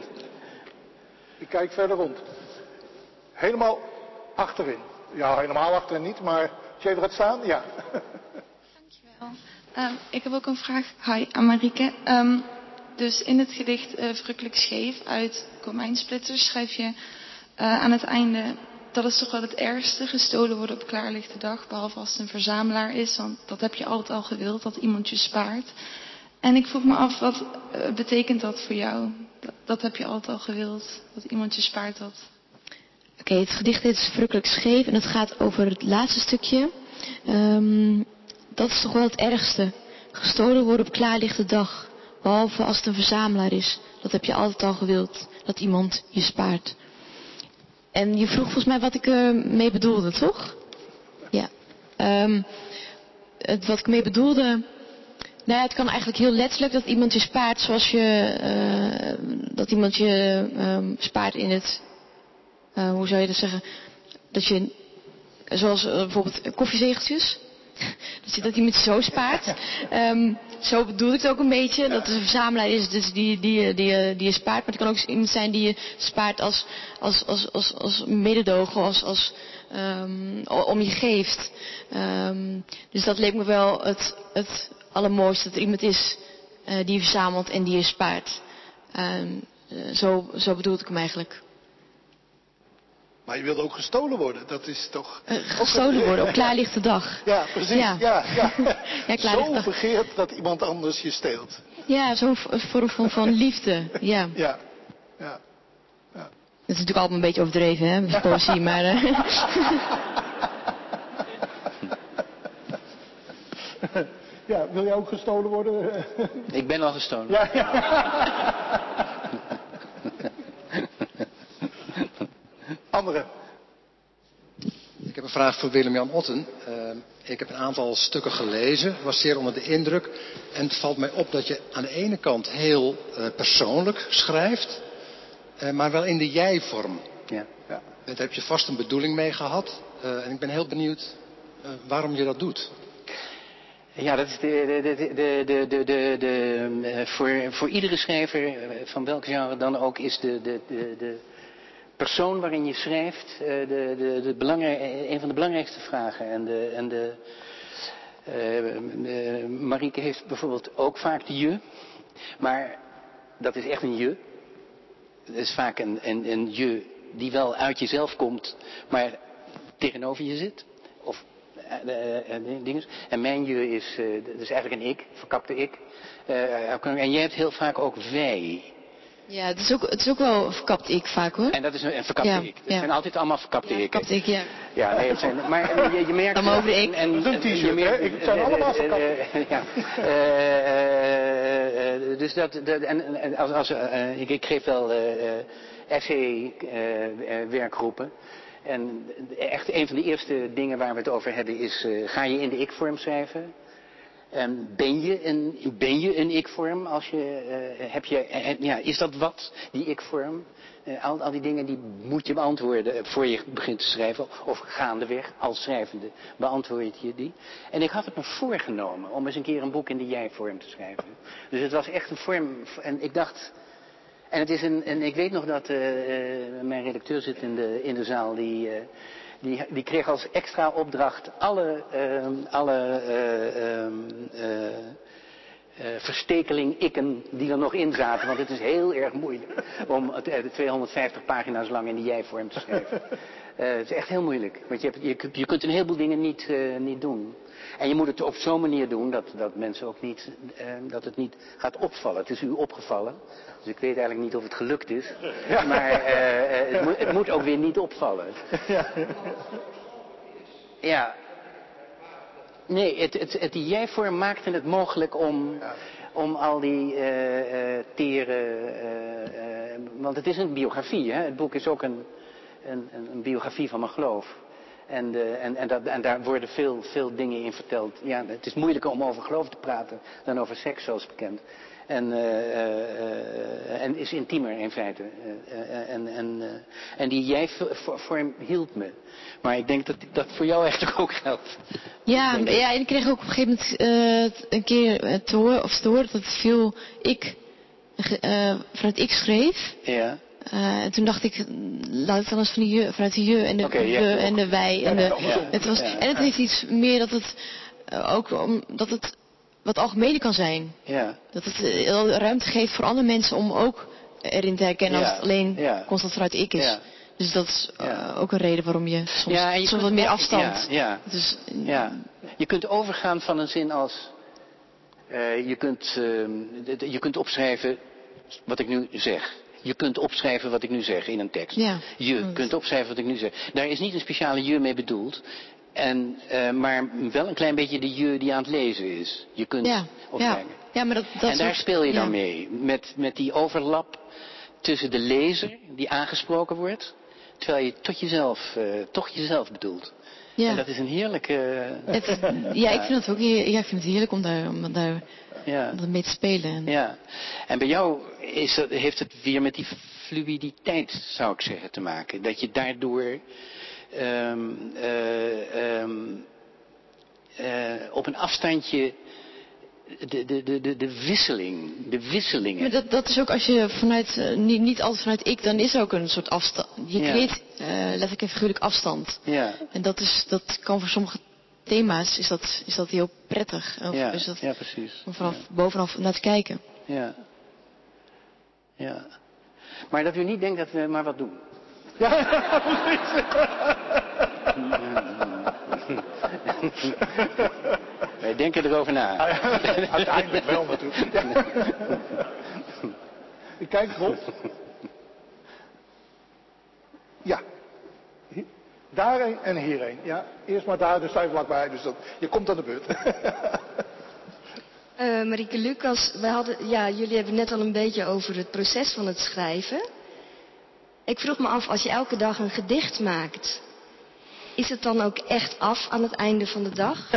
Ik kijk verder rond. Helemaal achterin. Ja, helemaal achterin niet, maar als je even gaat staan, ja. Dankjewel. Um, ik heb ook een vraag. Hi, aan Marieke. Um, dus in het gedicht uh, Verrukkelijk Scheef uit Komijnsplitters schrijf je uh, aan het einde... Dat is toch wel het ergste, gestolen worden op klaarlichte dag, behalve als het een verzamelaar is. Want dat heb je altijd al gewild, dat iemand je spaart. En ik vroeg me af, wat uh, betekent dat voor jou? Dat, dat heb je altijd al gewild, dat iemand je spaart dat. Oké, okay, het gedicht heet Verrukkelijk Scheef en het gaat over het laatste stukje. Um, dat is toch wel het ergste. Gestolen worden op klaarlichte dag, behalve als het een verzamelaar is. Dat heb je altijd al gewild, dat iemand je spaart. En je vroeg volgens mij wat ik ermee uh, bedoelde, toch? Ja. Um, het, wat ik mee bedoelde... Nou ja, het kan eigenlijk heel letterlijk dat iemand je spaart zoals je... Uh, dat iemand je um, spaart in het... Uh, hoe zou je dat zeggen? Dat je... Zoals uh, bijvoorbeeld koffiezegeltjes. Dat je dat iemand je zo spaart. Um, zo bedoel ik het ook een beetje. Dat het een verzamelaar is dus die, die, die, die je spaart. Maar het kan ook iemand zijn die je spaart als, als, als, als, als mededogen. Als, als, um, om je geeft. Um, dus dat leek me wel het, het allermooiste. Dat er iemand is uh, die je verzamelt en die je spaart. Um, uh, zo, zo bedoelde ik hem eigenlijk. Maar je wilt ook gestolen worden, dat is toch... Uh, gestolen worden op klaarlichte dag. Ja, precies. Ja. Ja, ja. Ja, zo dag. Begeerd dat iemand anders je steelt. Ja, zo'n vorm van, van liefde. Ja. Ja. Ja. Ja. Dat is natuurlijk altijd een beetje overdreven, hè, met poëzie, maar... Uh... Ja, wil jij ook gestolen worden? Ik ben al gestolen. Ja, ja. Anderen. Ik heb een vraag voor Willem-Jan Otten. Uh, ik heb een aantal stukken gelezen, was zeer onder de indruk. En het valt mij op dat je aan de ene kant heel uh, persoonlijk schrijft, uh, maar wel in de jij-vorm. Ja. Ja. Daar heb je vast een bedoeling mee gehad. Uh, en ik ben heel benieuwd uh, waarom je dat doet. Ja, dat is de, de, de, de, de, de, de, de, voor, voor iedere schrijver, van welk genre dan ook, is de, de, de, de persoon waarin je schrijft de, de, de belangrij, een van de belangrijkste vragen. En, de, en de, uh, Marieke heeft bijvoorbeeld ook vaak de je, maar dat is echt een je. Dat is vaak een, een, een je die wel uit jezelf komt, maar tegenover je zit. Of Uh, uh, dinges. En mijn je is, uh, dat is eigenlijk een ik, verkapte ik. Uh, en jij hebt heel vaak ook wij. Ja, het is ook, het is ook wel een verkapt ik vaak hoor. En dat is een, een verkapte ja, ik. Het ja. zijn altijd allemaal verkapte ja, ik. Verkapte ik, ja. Ja, nee, het zijn, maar je, je merkt... Dan over de ik. En, dat is een t-shirt, hè? Het zijn allemaal verkapte ik. Ja. Uh, uh, dus dat, dat en, en als, als, uh, ik, ik geef wel uh, uh, essay-werkgroepen. Uh, En echt een van de eerste dingen waar we het over hebben is, uh, ga je in de ik-vorm schrijven? En ben je een, ben je een ik-vorm? Als je, uh, heb je, uh, ja, is dat wat, die ik-vorm? Uh, al, al die dingen die moet je beantwoorden voor je begint te schrijven. Of gaandeweg, als schrijvende, beantwoord je die. En ik had het me voorgenomen om eens een keer een boek in de jij-vorm te schrijven. Dus het was echt een vorm, en ik dacht... En het is een, en ik weet nog dat uh, uh, mijn redacteur zit in de, in de zaal, die, uh, die, die kreeg als extra opdracht alle, uh, alle uh, uh, uh, uh, verstekeling-ikken die er nog in zaten. Want het is heel erg moeilijk om uh, tweehonderdvijftig pagina's lang in die jij-vorm te schrijven. Uh, het is echt heel moeilijk, want je, hebt, je, je kunt een heleboel dingen niet, uh, niet doen. En je moet het op zo'n manier doen dat, dat mensen ook niet, uh, dat het niet gaat opvallen. Het is u opgevallen. Dus ik weet eigenlijk niet of het gelukt is. Ja. Maar uh, uh, het, moet, het moet ook weer niet opvallen. Ja. Ja. Nee, het, het, het, die jij-vorm maakte het mogelijk om, ja. om al die uh, uh, tere... Uh, uh, want het is een biografie, hè? Het boek is ook een, een, een biografie van mijn geloof. En, de, en, en, dat, en daar worden veel, veel dingen in verteld. Ja, het is moeilijker om over geloof te praten dan over seks, zoals bekend. En, uh, uh, en is intiemer in feite. Uh, en, en, uh, en die jij-vorm hielp me. Maar ik denk dat dat voor jou eigenlijk ook geldt. Ja, ja, en ik kreeg ook op een gegeven moment uh, een keer te horen, of te horen dat het veel ik, uh, vanuit ik schreef. Ja. Uh, en toen dacht ik, laat het dan eens van die je, vanuit de je en de okay, we ja, en de wij. En, de, ja, het was, ja, en het heeft iets meer dat het uh, ook om, dat het wat algemeen kan zijn. Ja. Dat het uh, ruimte geeft voor andere mensen om ook erin te herkennen ja, als het alleen ja. constant vanuit ik is. Ja. Dus dat is uh, ja. ook een reden waarom je soms, ja, je soms wat meer afstand. Ja, ja. Dus, ja. Je kunt overgaan van een zin als uh, je kunt uh, je kunt opschrijven wat ik nu zeg. Je kunt opschrijven wat ik nu zeg in een tekst. Ja. Je kunt opschrijven wat ik nu zeg. Daar is niet een speciale je mee bedoeld. En, uh, maar wel een klein beetje de je die aan het lezen is. Je kunt ja. opschrijven. Ja. Ja, maar dat, dat en daar ook, speel je ja. dan mee. Met, met die overlap tussen de lezer die aangesproken wordt. Terwijl je tot jezelf, uh, toch jezelf bedoelt. Ja. En dat is een heerlijke... Uh, het, ja, ja, ik vind het ook ja, ik vind het heerlijk om daar, om daar ja. om mee te spelen. En... Ja. En bij jou is dat, heeft het weer met die fluiditeit, zou ik zeggen, te maken. Dat je daardoor um, uh, um, uh, op een afstandje de, de, de, de, de wisseling, de wisselingen. Maar dat, dat is ook als je vanuit, uh, niet, niet altijd vanuit ik, dan is er ook een soort afstand. Je ja. creëert uh, letterlijk en figuurlijk afstand. Ja. En dat, is, dat kan voor sommige thema's, is dat, is dat heel prettig. Of ja. is dat ja, precies. om vanaf ja. bovenaf naar te kijken. Ja. Ja. Maar dat u niet denkt dat we maar wat doen. Ja, Wij denken erover na. uiteindelijk wel natuurlijk. Ja. Ik kijk Rob. Ja. Daarheen en hierheen. Ja. Eerst maar daar, dus sta je vlakbij. Dus dat, je komt aan de beurt. Uh, Marieke Lucas, wij hadden, ja, jullie hebben net al een beetje over het proces van het schrijven. Ik vroeg me af, als je elke dag een gedicht maakt, is het dan ook echt af aan het einde van de dag?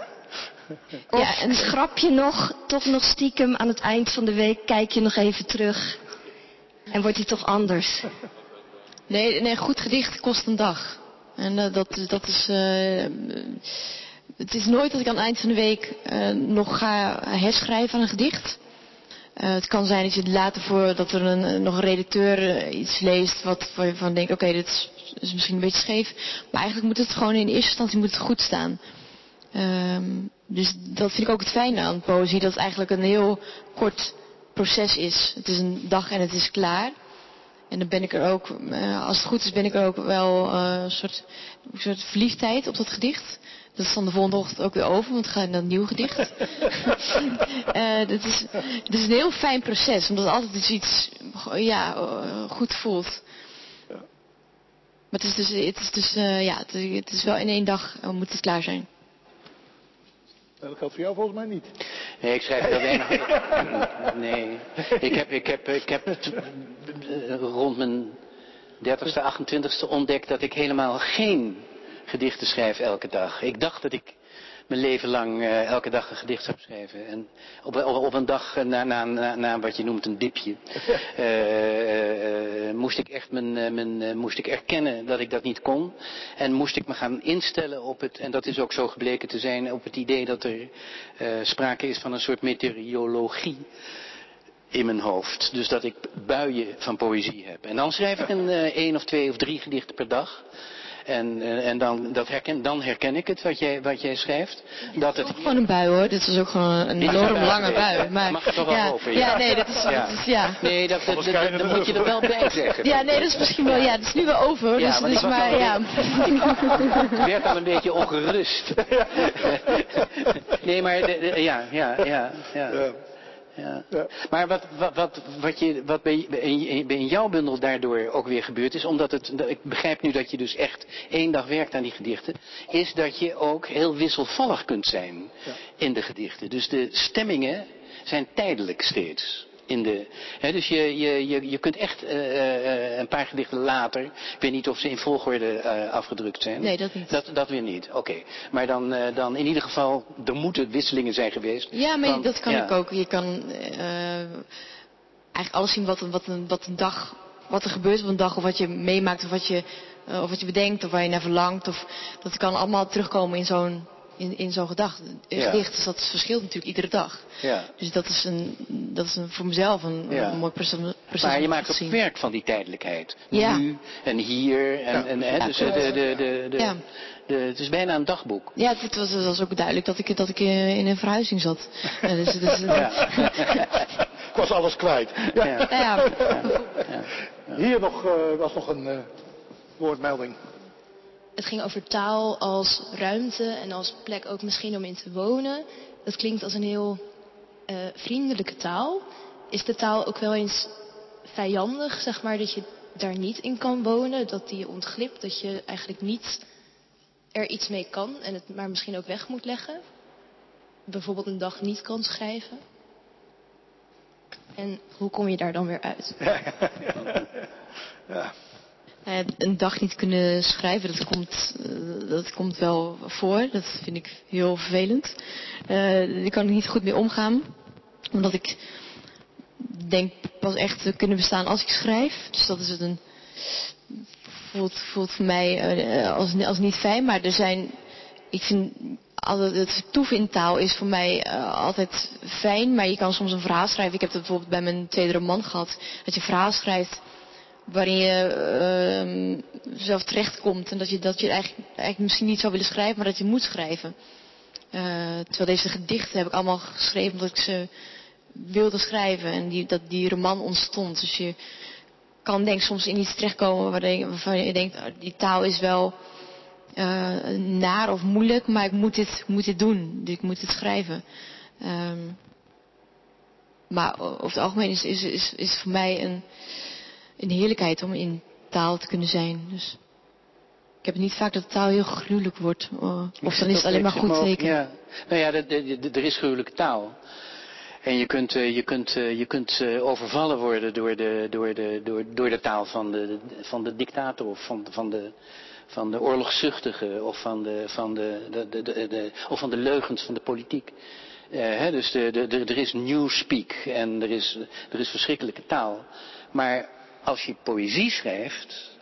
Of ja, en schrap je nog, toch nog stiekem aan het eind van de week, kijk je nog even terug en wordt die toch anders? Nee, nee, een goed gedicht kost een dag. En uh, dat, dat is... Uh, Het is nooit dat ik aan het eind van de week uh, nog ga herschrijven aan een gedicht. Uh, het kan zijn dat je later voor dat er een, nog een redacteur uh, iets leest wat waar je van denkt, oké, okay, dit is, is misschien een beetje scheef. Maar eigenlijk moet het gewoon in de eerste instantie moet het goed staan. Um, dus dat vind ik ook het fijne aan poëzie, dat het eigenlijk een heel kort proces is. Het is een dag en het is klaar. En dan ben ik er ook, uh, als het goed is, ben ik er ook wel uh, een soort, een soort verliefdheid op dat gedicht. Dat is dan de volgende ochtend ook weer over, want ik ga naar een nieuw gedicht. uh, dat is, het is een heel fijn proces, omdat het altijd dus iets ja, uh, goed voelt. Ja. Maar het is dus, het is dus uh, ja, het is, het is wel in één dag uh, moet het klaar zijn. Dat geldt voor jou volgens mij niet. Nee, ik schrijf dat weinig. Nee, ik heb, ik heb, ik heb t, rond mijn dertigste, achtentwintigste ontdekt dat ik helemaal geen gedichten schrijf elke dag. Ik dacht dat ik mijn leven lang uh, elke dag een gedicht zou schrijven. En op, op, op een dag uh, na, na, na, na wat je noemt een dipje, uh, uh, moest ik echt mijn, uh, mijn, uh, moest ik erkennen dat ik dat niet kon. En moest ik me gaan instellen op het, en dat is ook zo gebleken te zijn, op het idee dat er uh, sprake is van een soort meteorologie in mijn hoofd. Dus dat ik buien van poëzie heb. En dan schrijf ik een uh, één of twee of drie gedichten per dag. En, uh, en dan, dat herken, dan herken ik het wat jij, wat jij schrijft. Dat het ook gewoon een bui hoor. Dit is ook gewoon een enorm ja, lange bui. Maar, mag het toch wel ja, hopen? Ja. ja, nee, dat is, ja. dat is ja. Nee, dat, dat, dat, dat, dat moet je er wel bij zeggen. Ja, nee, dat is misschien wel. Ja, dat is nu wel over. Hoor. Ja, dus, dus maar, wel, ja. Ik werd al een beetje ongerust. Nee, maar de, de, ja, ja, ja, ja. ja. Ja. Ja. Maar wat, wat, wat, wat, je, wat bij, in, in jouw bundel daardoor ook weer gebeurd is, omdat het, ik begrijp nu dat je dus echt één dag werkt aan die gedichten, is dat je ook heel wisselvallig kunt zijn ja. in de gedichten. Dus de stemmingen zijn tijdelijk steeds. In de, hè, dus je, je, je, je kunt echt uh, uh, een paar gedichten later, ik weet niet of ze in volgorde uh, afgedrukt zijn. Nee, dat niet. Dat, dat weer niet, oké. Okay. Maar dan, uh, dan in ieder geval, er moeten wisselingen zijn geweest. Ja, maar van, dat kan ja. ik ook. Je kan uh, eigenlijk alles zien wat, wat, een, wat een dag, wat er gebeurt op een dag, of wat je meemaakt, of wat je, uh, of wat je bedenkt, of waar je naar verlangt. Of, dat kan allemaal terugkomen in zo'n In, in zo'n gedacht, een ja. gedicht, dus dat verschilt natuurlijk iedere dag. Ja. Dus dat is, een, dat is een, voor mezelf een, ja. een mooi proces. Maar je maakt ook werk van die tijdelijkheid. Ja. Nu en hier. En, ja. en, hè, ja, dus de, de, de, de, ja. de, het is bijna een dagboek. Ja, het was, het was ook duidelijk dat ik, dat ik in een verhuizing zat. Ja, dus, dus, ja. Ik was alles kwijt. Ja. Ja. Ja. Ja. Hier nog, uh, was nog een uh, woordmelding. Het ging over taal als ruimte en als plek ook misschien om in te wonen. Dat klinkt als een heel uh, vriendelijke taal. Is de taal ook wel eens vijandig, zeg maar, dat je daar niet in kan wonen? Dat die je ontglipt, dat je eigenlijk niet er iets mee kan en het maar misschien ook weg moet leggen? Bijvoorbeeld een dag niet kan schrijven? En hoe kom je daar dan weer uit? Ja, ja, ja. Ja. Een dag niet kunnen schrijven, dat komt, dat komt wel voor. Dat vind ik heel vervelend. Uh, daar kan ik niet goed mee omgaan. Omdat ik denk pas echt te kunnen bestaan als ik schrijf. Dus dat is het een... Voelt, voelt voor mij uh, als, als niet fijn. Maar er zijn... Ik vind... Het vertoeven in taal is voor mij uh, altijd fijn. Maar je kan soms een verhaal schrijven. Ik heb dat bijvoorbeeld bij mijn tweede roman gehad. Dat je een verhaal schrijft waarin je uh, zelf terechtkomt en dat je, dat je eigenlijk, eigenlijk misschien niet zou willen schrijven, maar dat je moet schrijven. Uh, terwijl deze gedichten heb ik allemaal geschreven omdat ik ze wilde schrijven en die, dat die roman ontstond. Dus je kan denk ik soms in iets terechtkomen waarvan je denkt, oh, die taal is wel uh, naar of moeilijk, maar ik moet dit, ik moet dit doen. Dus ik moet dit schrijven. Um, maar over het algemeen is, is, is, is voor mij een een heerlijkheid om in taal te kunnen zijn. Dus ik heb het niet vaak dat de taal heel gruwelijk wordt. Of dan is het alleen maar goed teken. Ja. Nou ja, de, de, de, er is gruwelijke taal. En je kunt, je kunt, je kunt overvallen worden door de, door de, door, door de taal van de, van de dictator of van, van de, van de oorlogszuchtige of van de, van de, de, de, de, de, of van de leugens van de politiek. Uh, hè, dus de, de, de, er is newspeak en er is, er is verschrikkelijke taal. Maar als je poëzie schrijft,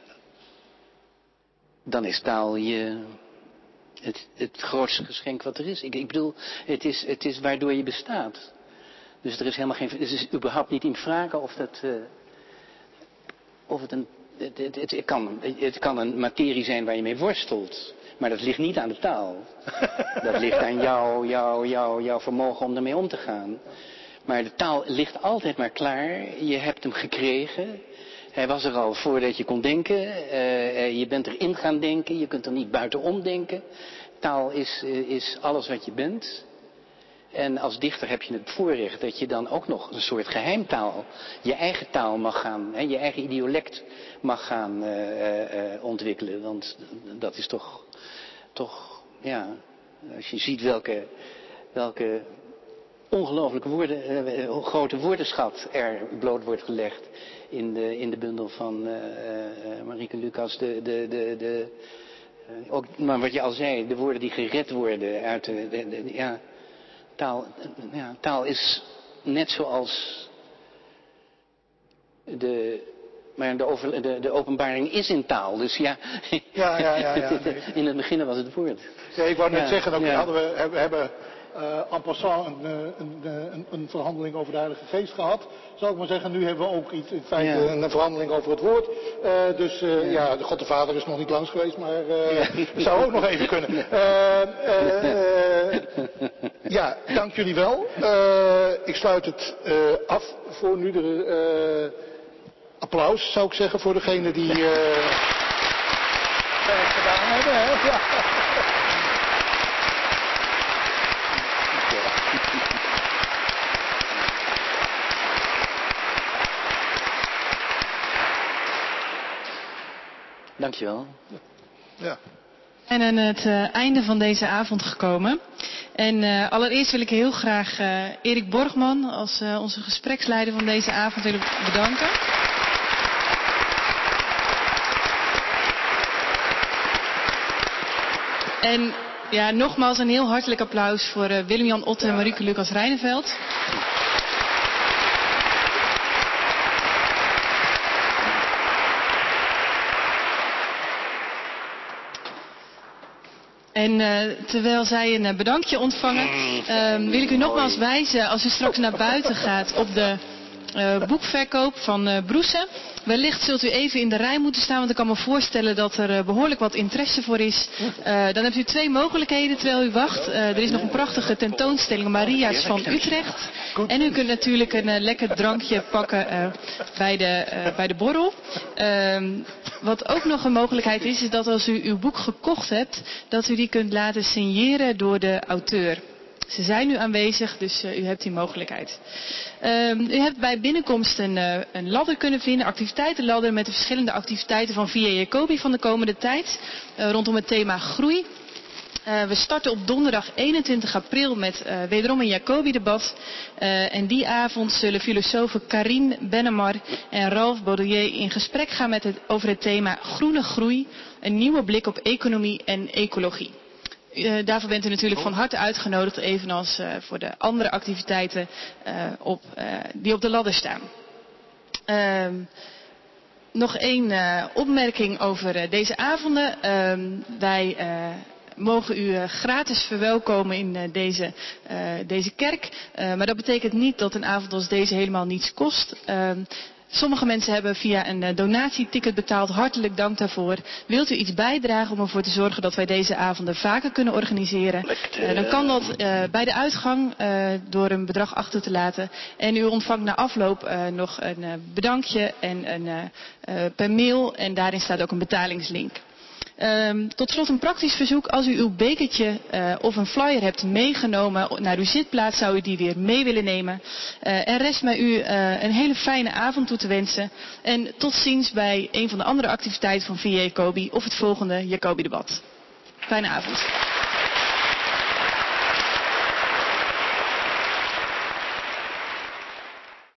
dan is taal je, het, het grootste geschenk wat er is. Ik, ik bedoel, het is, het is waardoor je bestaat. Dus er is helemaal geen, het is überhaupt niet in vraag of dat, uh, of het een, het, het, het, het, kan, het kan een materie zijn waar je mee worstelt. Maar dat ligt niet aan de taal. Dat ligt aan jou, jou, jou, jouw vermogen om ermee om te gaan. Maar de taal ligt altijd maar klaar. Je hebt hem gekregen. Hij was er al voordat je kon denken. Uh, je bent erin gaan denken. Je kunt er niet buitenom denken. Taal is, uh, is alles wat je bent. En als dichter heb je het voorrecht dat je dan ook nog een soort geheimtaal, je eigen taal mag gaan, hè, je eigen idiolect mag gaan uh, uh, ontwikkelen. Want dat is toch, toch, ja, als je ziet welke, welke ongelooflijke woorden, uh, grote woordenschat er bloot wordt gelegd in de, in de bundel van uh, uh, Marieke Lucas. De, de, de, de, uh, ook, maar wat je al zei, de woorden die gered worden uit de, de, de, de ja... Taal, ja, taal is net zoals de, maar de, over, de, de openbaring is in taal. Dus ja, ja, ja, ja, ja nee. In het begin was het woord. Ja, ik wou net ja, zeggen, ook ja. hadden we hebben, hebben uh, en passant een, een, een, een verhandeling over de Heilige Geest gehad. Zou ik maar zeggen, nu hebben we ook iets, in feite ja. een verhandeling over het woord. Uh, dus uh, ja. ja, de God de Vader is nog niet langs geweest, maar uh, ja. dat zou ook nog even kunnen. Uh, uh, uh, ja, dank jullie wel. Uh, ik sluit het uh, af voor nu. De, uh, applaus zou ik zeggen voor degene die uh, het gedaan hebben. Hè? Ja. Dankjewel. Ja. We zijn aan het uh, einde van deze avond gekomen. En uh, allereerst wil ik heel graag uh, Erik Borgman als uh, onze gespreksleider van deze avond willen bedanken. En ja, nogmaals een heel hartelijk applaus voor uh, Willem-Jan Otten en Marieke Lucas Rijneveld. En uh, terwijl zij een uh, bedankje ontvangen, uh, wil ik u nogmaals wijzen, als u straks naar buiten gaat, op de uh, boekverkoop van uh, Broesen. Wellicht zult u even in de rij moeten staan, want ik kan me voorstellen dat er uh, behoorlijk wat interesse voor is. Uh, dan hebt u twee mogelijkheden terwijl u wacht. Uh, er is nog een prachtige tentoonstelling Maria's van Utrecht. En u kunt natuurlijk een uh, lekker drankje pakken uh, bij, de, uh, bij de borrel. Uh, wat ook nog een mogelijkheid is, is dat als u uw boek gekocht hebt, dat u die kunt laten signeren door de auteur. Ze zijn nu aanwezig, dus uh, u hebt die mogelijkheid. Uh, u hebt bij binnenkomst een, uh, een ladder kunnen vinden, activiteitenladder met de verschillende activiteiten van Via Jacobi van de komende tijd. Uh, rondom het thema groei. Uh, we starten op donderdag eenentwintig april met uh, wederom een Jacobi-debat. Uh, en die avond zullen filosofen Karine Bennemar en Ralph Baudouillet in gesprek gaan met het, over het thema groene groei. Een nieuwe blik op economie en ecologie. Uh, daarvoor bent u natuurlijk van harte uitgenodigd, evenals uh, voor de andere activiteiten uh, op, uh, die op de ladder staan. Uh, nog één uh, opmerking over uh, deze avonden. Uh, wij uh, mogen u uh, gratis verwelkomen in uh, deze, uh, deze kerk. Uh, maar dat betekent niet dat een avond als deze helemaal niets kost. Uh, Sommige mensen hebben via een donatieticket betaald. Hartelijk dank daarvoor. Wilt u iets bijdragen om ervoor te zorgen dat wij deze avonden vaker kunnen organiseren? Uh, dan kan dat uh, bij de uitgang uh, door een bedrag achter te laten. En u ontvangt na afloop uh, nog een uh, bedankje en een, uh, uh, per mail. En daarin staat ook een betalingslink. Um, tot slot een praktisch verzoek. Als u uw bekertje uh, of een flyer hebt meegenomen naar uw zitplaats, zou u die weer mee willen nemen. Uh, er rest mij u uh, een hele fijne avond toe te wensen. En tot ziens bij een van de andere activiteiten van Via Jacobi of het volgende Jacobi-debat. Fijne avond.